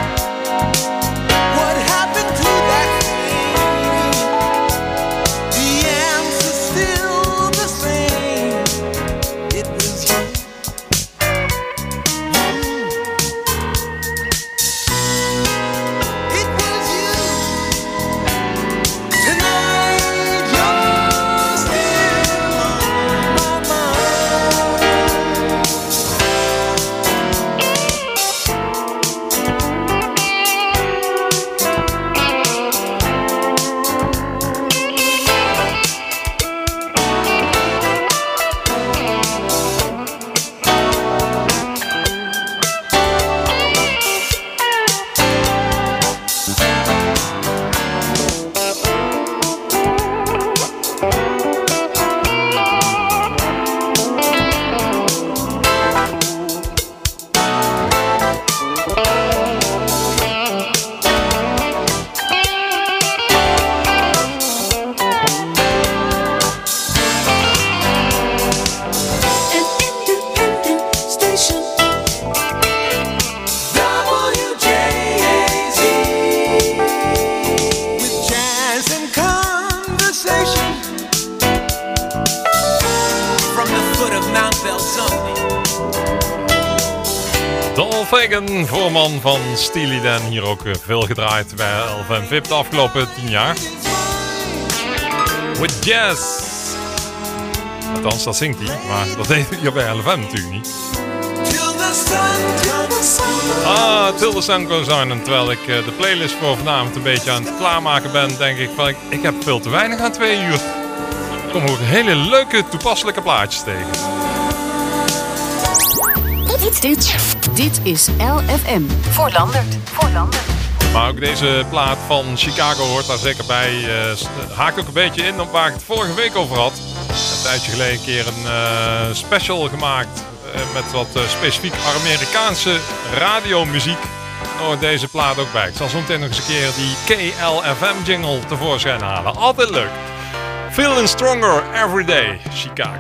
what happened to that flame. The answer's still the same. It was you. Fagan, voorman van Steely Dan. Hier ook veel gedraaid bij L F M V I P de afgelopen tien jaar. With Jazz. Althans, dat zingt hij, maar dat deed hij bij L F M natuurlijk niet. Ah, Till the Sun Goes On. En terwijl ik de playlist voor vanavond een beetje aan het klaarmaken ben, denk ik van ik, ik heb veel te weinig aan twee uur. Er komen ook hele leuke, toepasselijke plaatjes tegen. Dit, dit, dit is L F M. Voor Landert. Voor Landert. Maar ook deze plaat van Chicago hoort daar zeker bij. Uh, haakt ook een beetje in op waar ik het vorige week over had. Een tijdje geleden een keer een uh, special gemaakt uh, met wat uh, specifiek Amerikaanse radiomuziek. Daar hoort deze plaat ook bij. Ik zal zo meteen nog eens een keer die K L F M jingle tevoorschijn halen. Altijd leuk. Feeling Stronger Every Day, Chicago.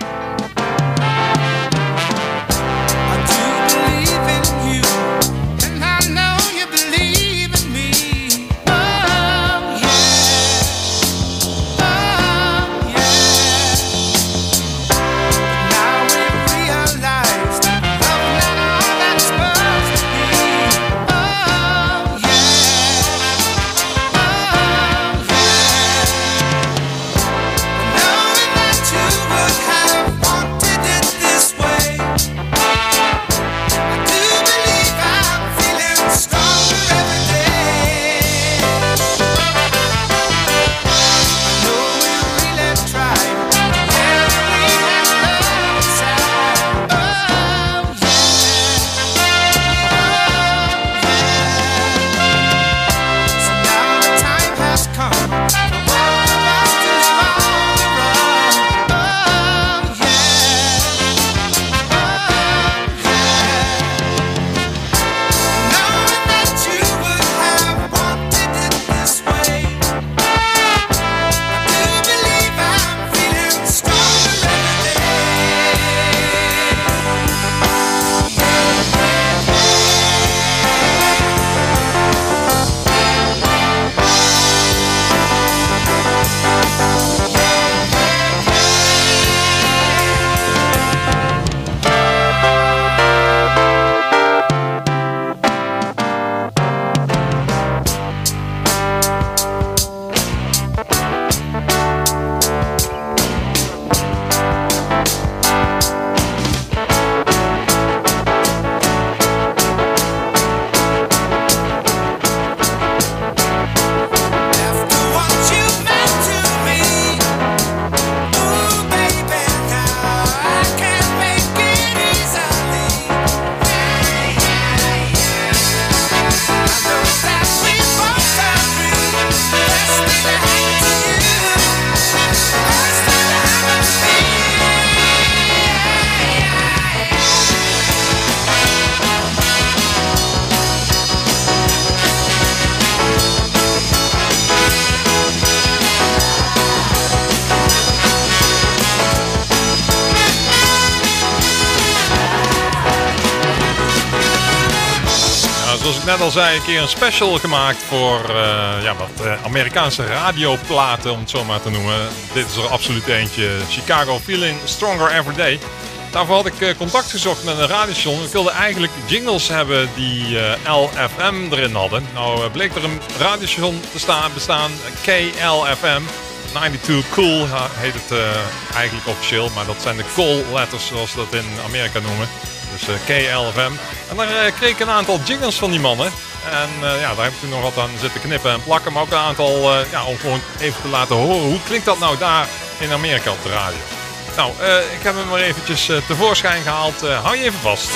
Net al zei, een keer een special gemaakt voor uh, ja, wat uh, Amerikaanse radioplaten, om het zo maar te noemen. Dit is er absoluut eentje. Chicago Feeling Stronger Every Day. Daarvoor had ik uh, contact gezocht met een radiostation. Ik wilde eigenlijk jingles hebben die uh, L F M erin hadden. Nou uh, bleek er een radiostation te staan, bestaan, K L F M. negenentwintig Cool heet het uh, eigenlijk officieel, maar dat zijn de call letters zoals ze dat in Amerika noemen. Dus uh, K L F M. En daar uh, kreeg ik een aantal jingles van die mannen. En uh, ja, daar heb ik toen nog wat aan zitten knippen en plakken. Maar ook een aantal, uh, ja, om gewoon even te laten horen. Hoe klinkt dat nou daar in Amerika op de radio? Nou, uh, ik heb hem maar eventjes uh, tevoorschijn gehaald. Uh, hou je even vast.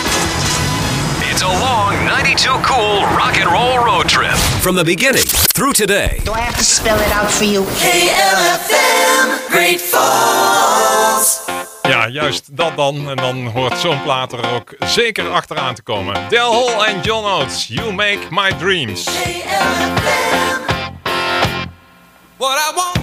It's a long ninety-two Cool rock and roll road trip. From the beginning through today. Do I have to spell it out for you? K L F M, Great Falls. Ja, juist dat dan. En dan hoort zo'n plaat er ook zeker achteraan te komen. Dale Hall en John Oates, You Make My Dreams. K L F M. What I want.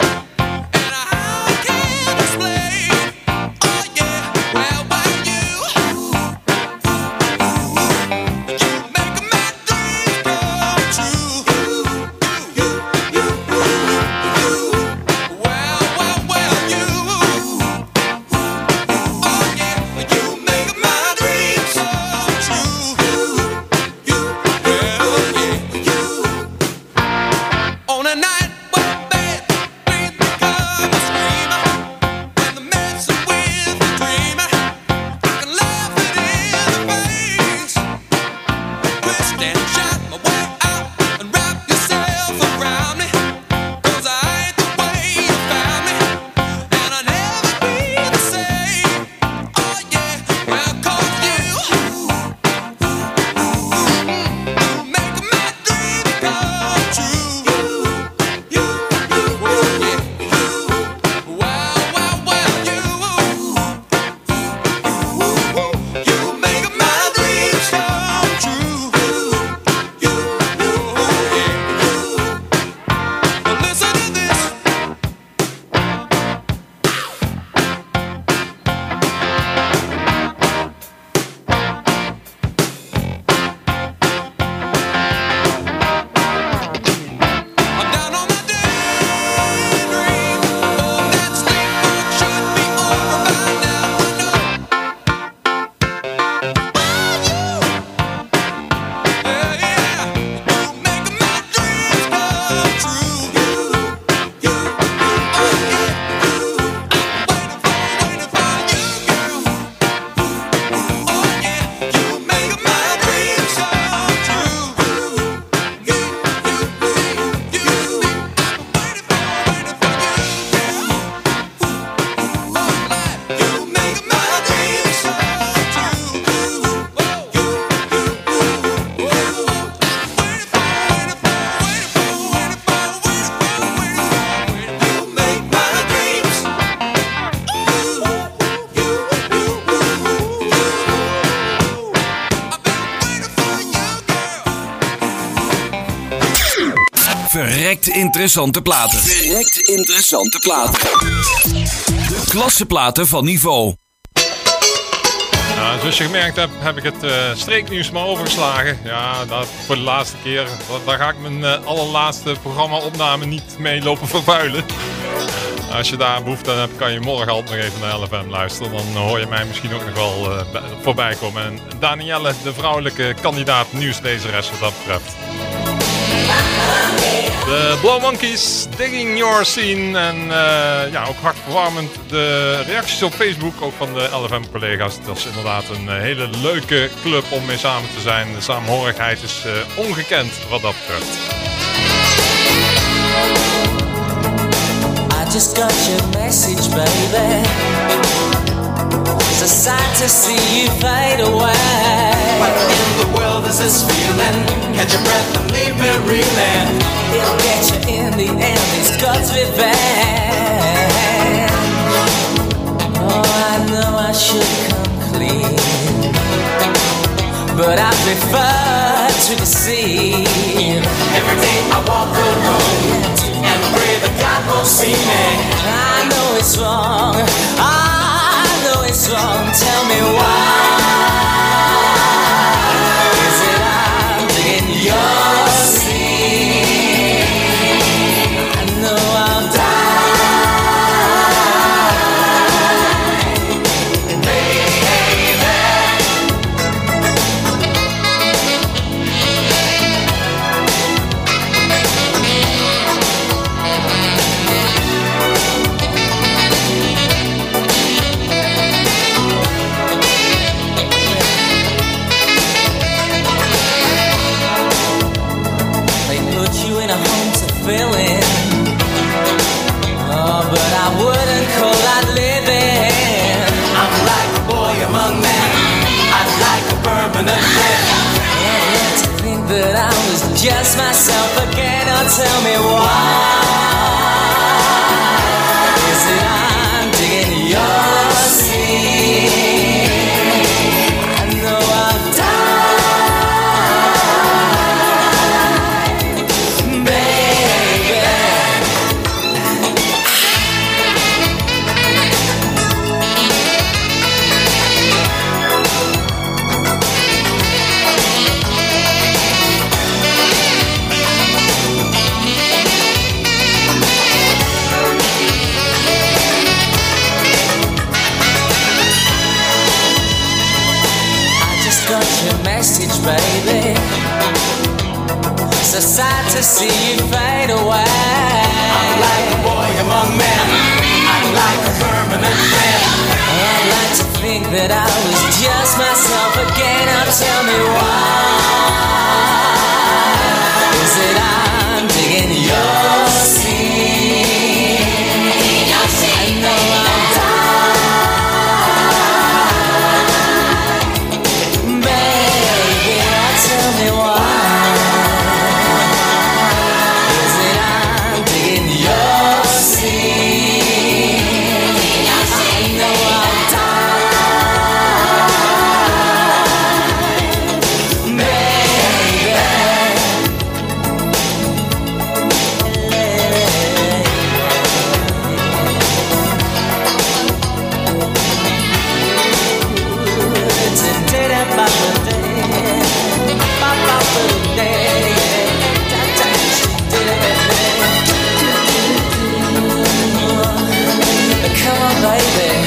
You Verrekt interessante platen. Verrekt interessante platen. De klasseplaten van Niveau. Nou, zoals je gemerkt hebt, heb ik het uh, streeknieuws maar overgeslagen. Ja, dat voor de laatste keer. Daar ga ik mijn uh, allerlaatste programma-opname niet mee lopen vervuilen. Als je daar behoefte aan hebt, kan je morgen altijd nog even naar L F M luisteren. Dan hoor je mij misschien ook nog wel uh, voorbij komen. En Danielle, de vrouwelijke kandidaat nieuwslezeres wat dat betreft. De Blow Monkeys, Digging Your Scene. En uh, ja, ook hartverwarmend de reacties op Facebook, ook van de L F M-collega's. Dat is inderdaad een uh, hele leuke club om mee samen te zijn. De samenhorigheid is uh, ongekend wat dat betreft. I just got your message, baby. It's a sight to see you fade away. What in the world is this feeling? Catch your breath and leave me reeling. It'll get you in the end, these gods revenge. Oh, I know I should come clean, but I prefer to deceive. Every day I walk the road and pray that God won't see me. I know it's wrong, I know it's wrong, tell me why. Is it I'm digging your scene? I know I'll die, baby. Feeling. Oh, but I wouldn't call that living. I'm like a boy among men. I'm like a permanent friend. And to think that I was just myself again. Oh, tell me why. Is it I'm digging your scene? I know I've died. Message, baby. So sad to see you fade away. I'm like a boy among men. I'm like a permanent friend. I'd like to think that I was just myself again. Now tell me why. Is it I'm digging your scene? I know I'll die. Tell me why. Is it I'm digging your scene? I know I'll die, baby. Come on, baby.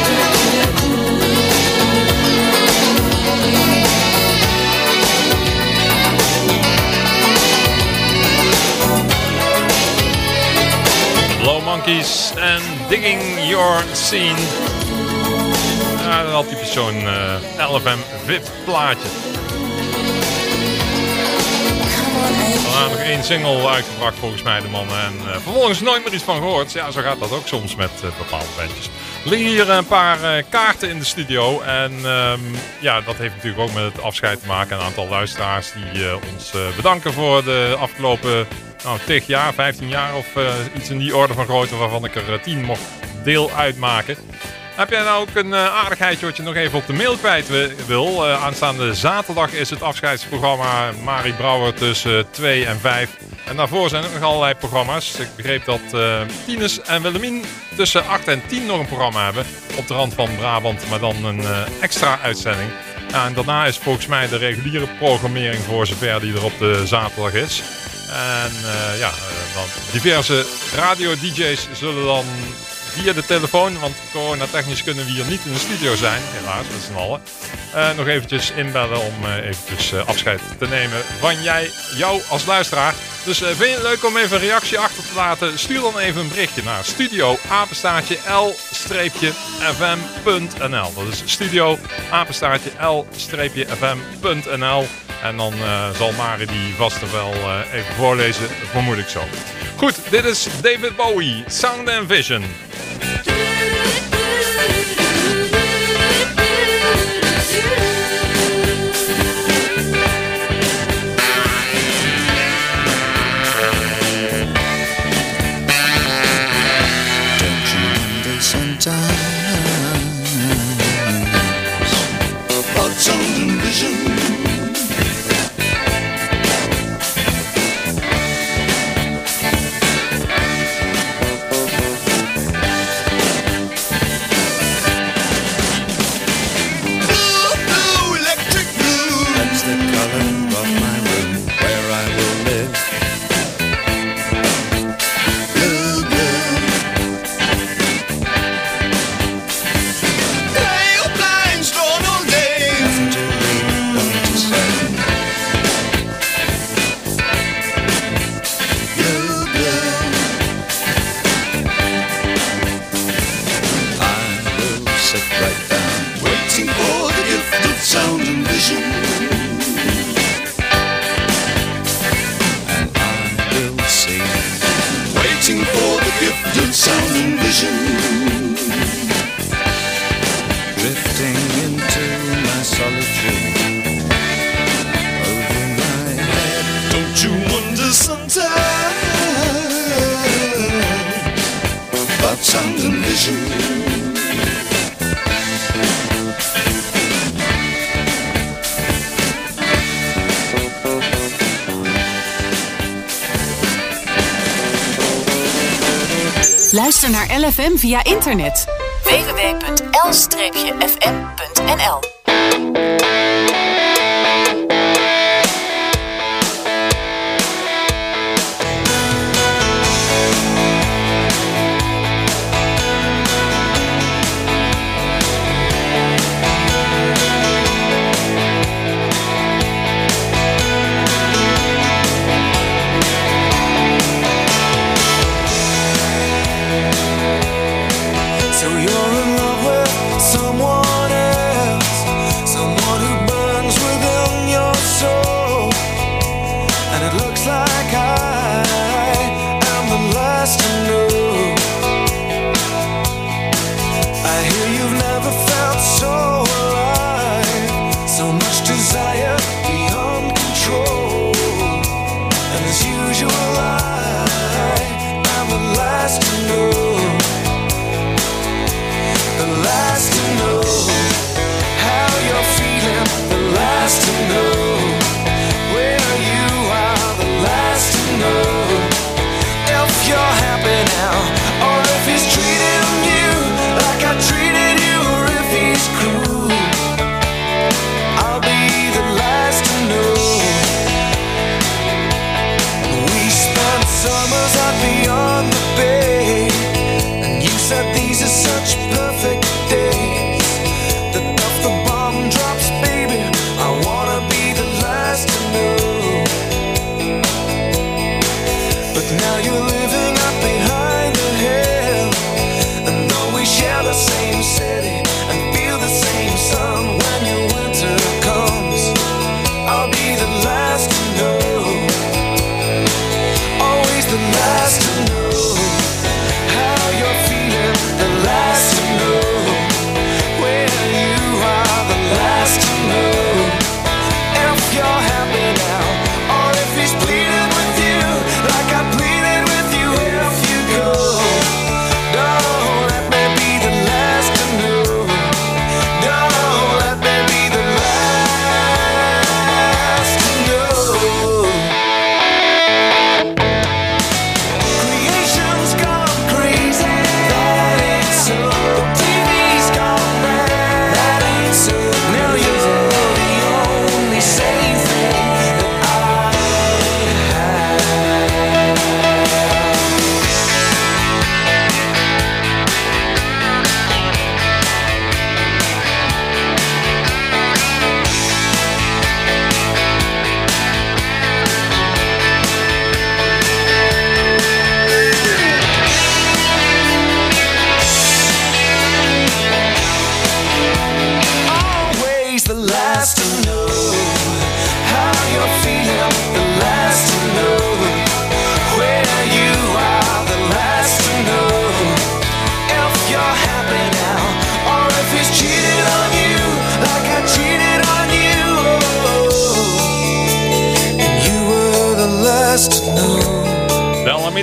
Blow Monkeys en Digging Your Scene. Ja, dat is al typisch zo'n uh, L F M V I P plaatje. Er is nog één single uitgebracht volgens mij de mannen. En uh, vervolgens nooit meer iets van gehoord. Ja, zo gaat dat ook soms met uh, bepaalde bandjes. Er liggen hier een paar uh, kaarten in de studio. En um, ja, dat heeft natuurlijk ook met het afscheid te maken. Een aantal luisteraars die uh, ons uh, bedanken voor de afgelopen nou, tig jaar, vijftien jaar. Of uh, iets in die orde van grootte waarvan ik er uh, tien mocht deel uitmaken. Heb jij nou ook een uh, aardigheidje wat je nog even op de mail kwijt wil? Uh, aanstaande zaterdag is het afscheidsprogramma Marie Brouwer tussen twee en vijf. En daarvoor zijn er nog allerlei programma's. Ik begreep dat uh, Tines en Willemien tussen acht en tien nog een programma hebben. Op de rand van Brabant, maar dan een uh, extra uitzending. Ja, en daarna is volgens mij de reguliere programmering voor zover die er op de zaterdag is. En uh, ja, uh, dan diverse radio-D J's zullen dan via de telefoon, want coronatechnisch kunnen we hier niet in de studio zijn, helaas met z'n allen. Uh, nog eventjes inbellen om uh, eventjes uh, afscheid te nemen van jij, jou als luisteraar. Dus uh, vind je het leuk om even een reactie achter te laten? Stuur dan even een berichtje naar studio apenstaartje l f m punt n l. Dat is studio apenstaartje l f m punt n l. En dan uh, zal Mari die vast er wel uh, even voorlezen, vermoed ik zo. Goed, dit is David Bowie, Sound and Vision. About sound and vision. Luister naar L F M via internet. w w w punt l f m punt n l So you're in love with someone else.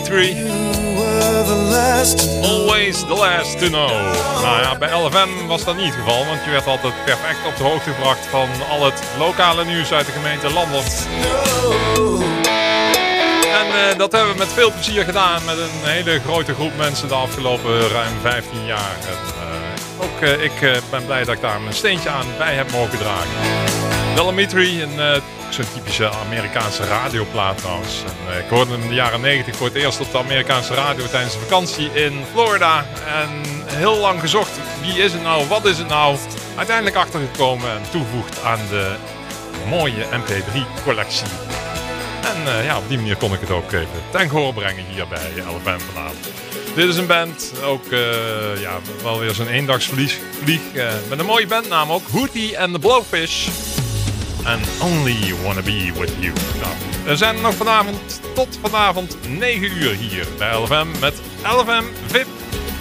Dimitri. Always the last to know. Nou ja, bij L F M was dat niet het geval, want je werd altijd perfect op de hoogte gebracht van al het lokale nieuws uit de gemeente Landert. En uh, dat hebben we met veel plezier gedaan met een hele grote groep mensen de afgelopen ruim vijftien jaar. En, uh, ook uh, ik uh, ben blij dat ik daar mijn steentje aan bij heb mogen dragen. Dimitri, een uh, zo'n typische Amerikaanse radioplaat trouwens. En, uh, ik hoorde hem in de jaren negentig voor het eerst op de Amerikaanse radio tijdens de vakantie in Florida. En heel lang gezocht, wie is het nou, wat is het nou? Uiteindelijk achtergekomen en toegevoegd aan de mooie M P drie collectie. En uh, ja, op die manier kon ik het ook even ten gehoor brengen hier bij L F M vanavond. Dit is een band, ook uh, ja, wel weer zo'n eendagsvlieg, vlieg, uh, met een mooie bandnaam ook. Hootie and the Blowfish. And Only Wanna Be With You. Nou, we zijn er nog vanavond tot vanavond negen uur hier bij L F M met L F M V I P.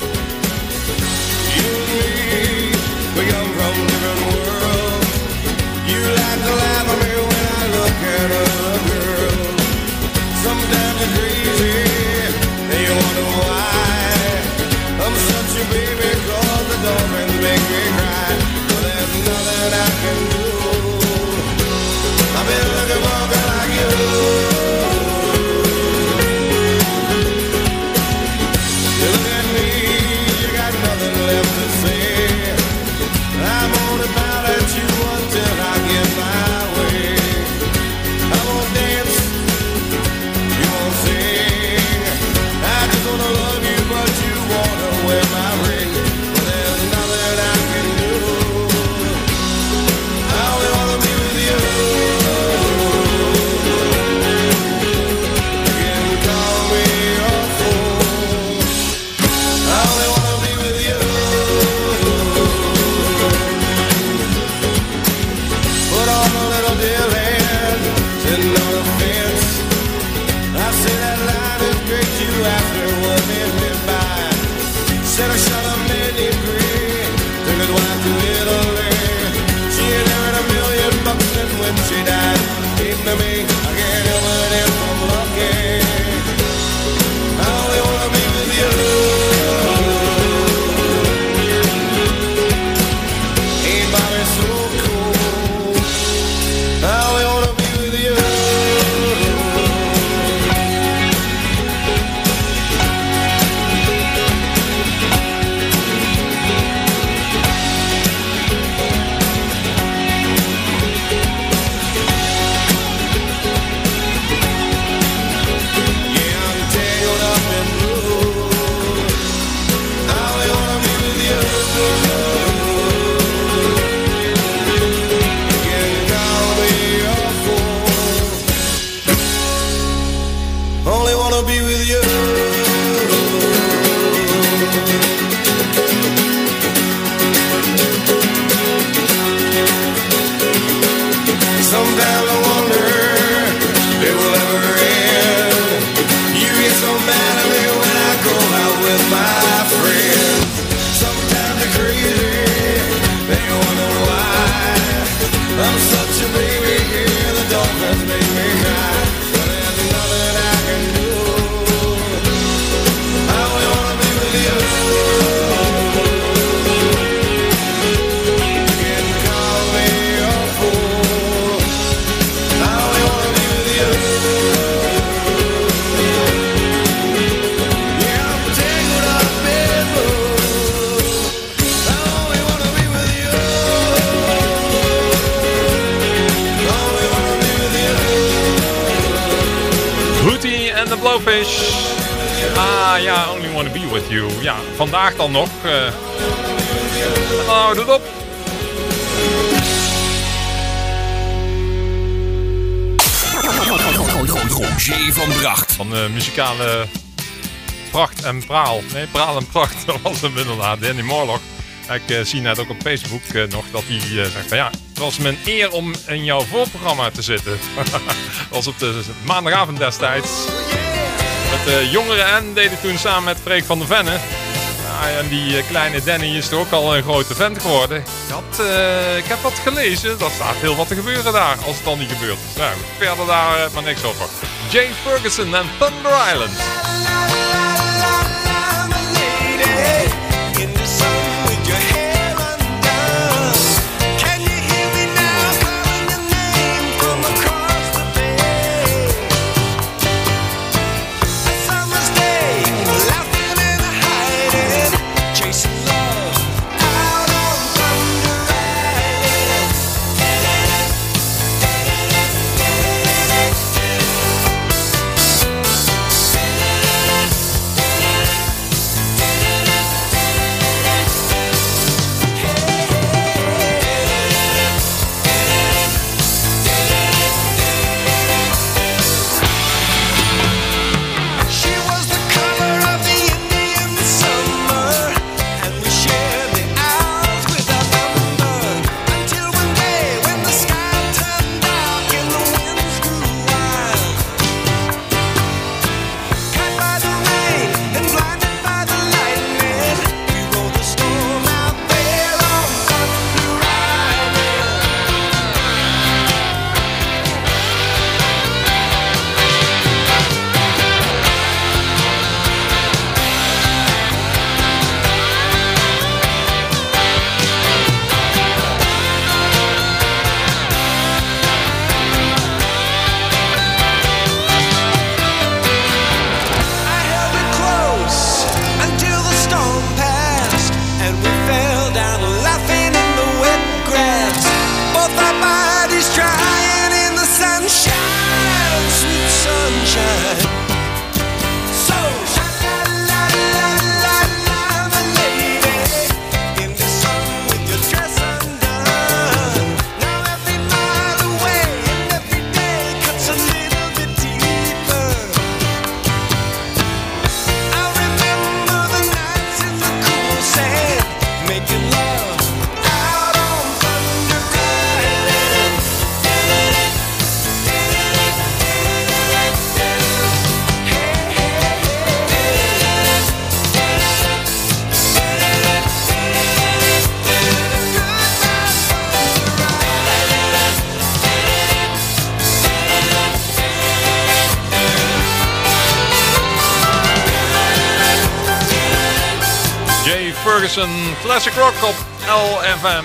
We come from different worlds. You like to laugh at me when I look at a girl. Sometimes you're crazy, and you wonder why. I'm such a baby, cause the dolphins make me cry. But there's nothing I can do. I've been looking for a girl like you. You look at me, you got nothing left to say. I'm only bound at you until I get my way. I won't dance, you won't sing. I just wanna love you, but you wanna wear my ring. But there's nothing I can do. I only wanna be with you. You can call me a fool. I only wanna be with you. Put on a little deal hand, sitting on a fence. I say that line is great, you after what made me by. Said I shot a million green, took his wife to Italy. She inherited a million bucks and when she died, came to me, I can't help it if I'm lucky. I only wanna be with you. Ain't Bobby so cool? I only wanna be with you. Yeah, I'm tangled up in blue. I only wanna be with you. You can call me a fool. Only wanna be with you. Sometimes I wonder if it will ever end. You get so mad at me when I go out with my friends. Sometimes you're crazy, then you wonder why. I'm such a baby here, the dolphins make me cry. But there's nothing I can do. I only wanna be with you. You can call me a fool. I only wanna be with you. Yeah, I'm tangled up in blue. I only wanna be with you. I only wanna be with you. Hootie and the Blowfish. Ah ja, Only Wanna Be With You. Ja, vandaag dan nog. Uh, en dan houden we het op. Roger van Bracht. Van de muzikale pracht en praal. Nee, praal en pracht. Dat was hem inderdaad, Danny Morlock. Ik uh, zie net ook op Facebook uh, nog dat hij uh, zegt van ja, het was mijn eer om in jouw voorprogramma te zitten. Dat was op de maandagavond destijds. Met de jongeren en deden toen samen met Freek van der Venne. Ja, en die uh, kleine Danny is toch ook al een grote vent geworden. Ik, had, uh, ik heb wat gelezen, dat staat heel wat te gebeuren daar, als het dan niet gebeurd is. Nou goed, verder daar uh, maar niks over. James Ferguson en Thunder Island. Ferguson, Classic Rock op L F M.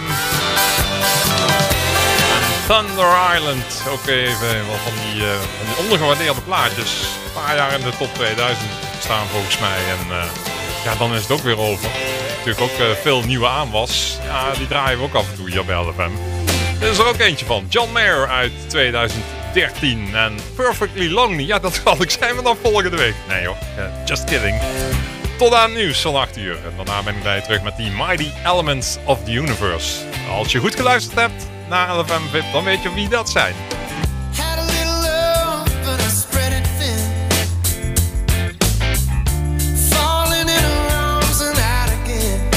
Thunder Island, ook even wat van die, uh, van die ondergewaardeerde plaatjes. Een paar jaar in de top tweeduizend staan volgens mij. En uh, ja, dan is het ook weer over. Natuurlijk ook uh, veel nieuwe aanwas. Ja, die draaien we ook af en toe hier bij L F M. Er is er ook eentje van. John Mayer uit tweeduizend dertien. En Perfectly Lonely. Ja, dat zal ik zijn we dan volgende week. Nee hoor, uh, just kidding. Tot aan het nieuws van acht uur. En daarna ben ik bij je terug met die Mighty Elements of the Universe. Als je goed geluisterd hebt naar L F M V I P, dan weet je wie dat zijn. Had a little love, but I spread it thin. Falling in her arms and out again.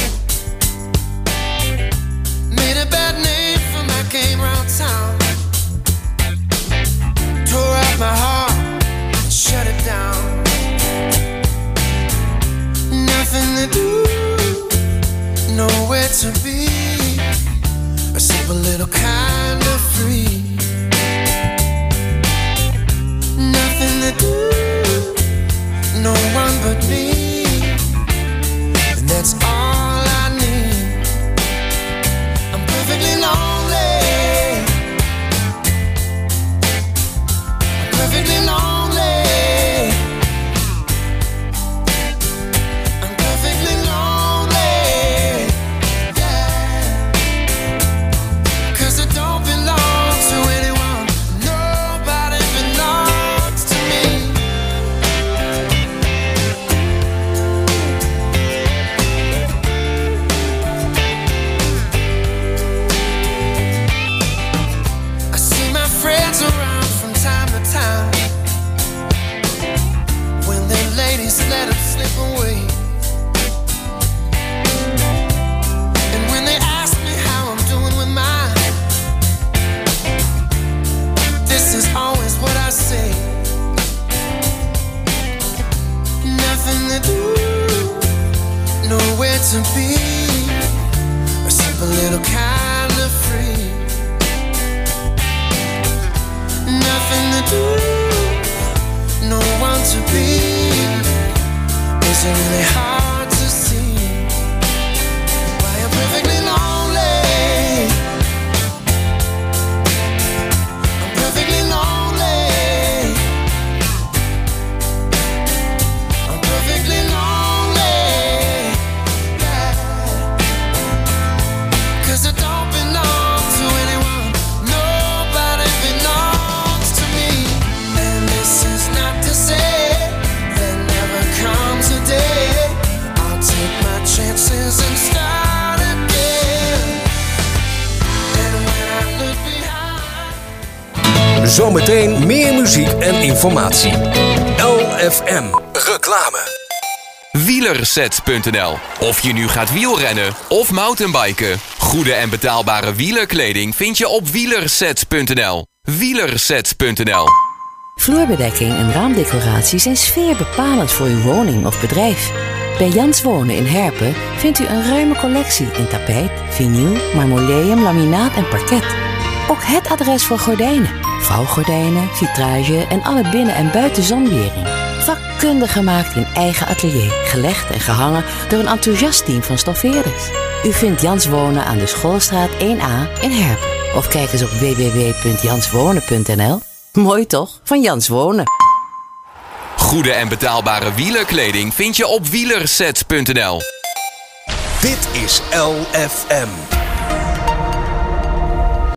Made a bad name for my game round town. Tore out my heart, shut it down. Nothing to do, nowhere to be. A simple little kind of free. Nothing to do, no one but me. And that's all I need. I'm perfectly lonely. I'm perfectly lonely. Let them slip away. And when they ask me how I'm doing with mine, this is always what I say. Nothing to do, nowhere to be. A simple little kind of free. Nothing to do, no one to be. Is it really hard to see why you're perfectly lonely? I'm perfectly lonely. I'm perfectly lonely. Yeah. 'Cause I don't belong to anyone. Nobody belongs to me. And this is not to say there never comes a day I'll take my chances and start again. And when I look behind. Zometeen meer muziek en informatie. L F M. Reclame. Wielersets punt n l. Of je nu gaat wielrennen of mountainbiken. Goede en betaalbare wielerkleding vind je op wielersets punt n l. Wielersets punt n l. Vloerbedekking en raamdecoratie zijn sfeerbepalend voor uw woning of bedrijf. Bij Jans Wonen in Herpen vindt u een ruime collectie in tapijt, vinyl, marmoleum, laminaat en parket. Ook het adres voor gordijnen, vouwgordijnen, vitrage en alle binnen- en buitenzonwering. Vakkundig gemaakt in eigen atelier, gelegd en gehangen door een enthousiast team van stoffeerders. U vindt Jans Wonen aan de Schoolstraat één A in Herpen. Of kijk eens op w w w punt jans wonen punt n l. Mooi toch? Van Jans Wonen. Goede en betaalbare wielerkleding vind je op wielersets punt n l. Dit is L F M.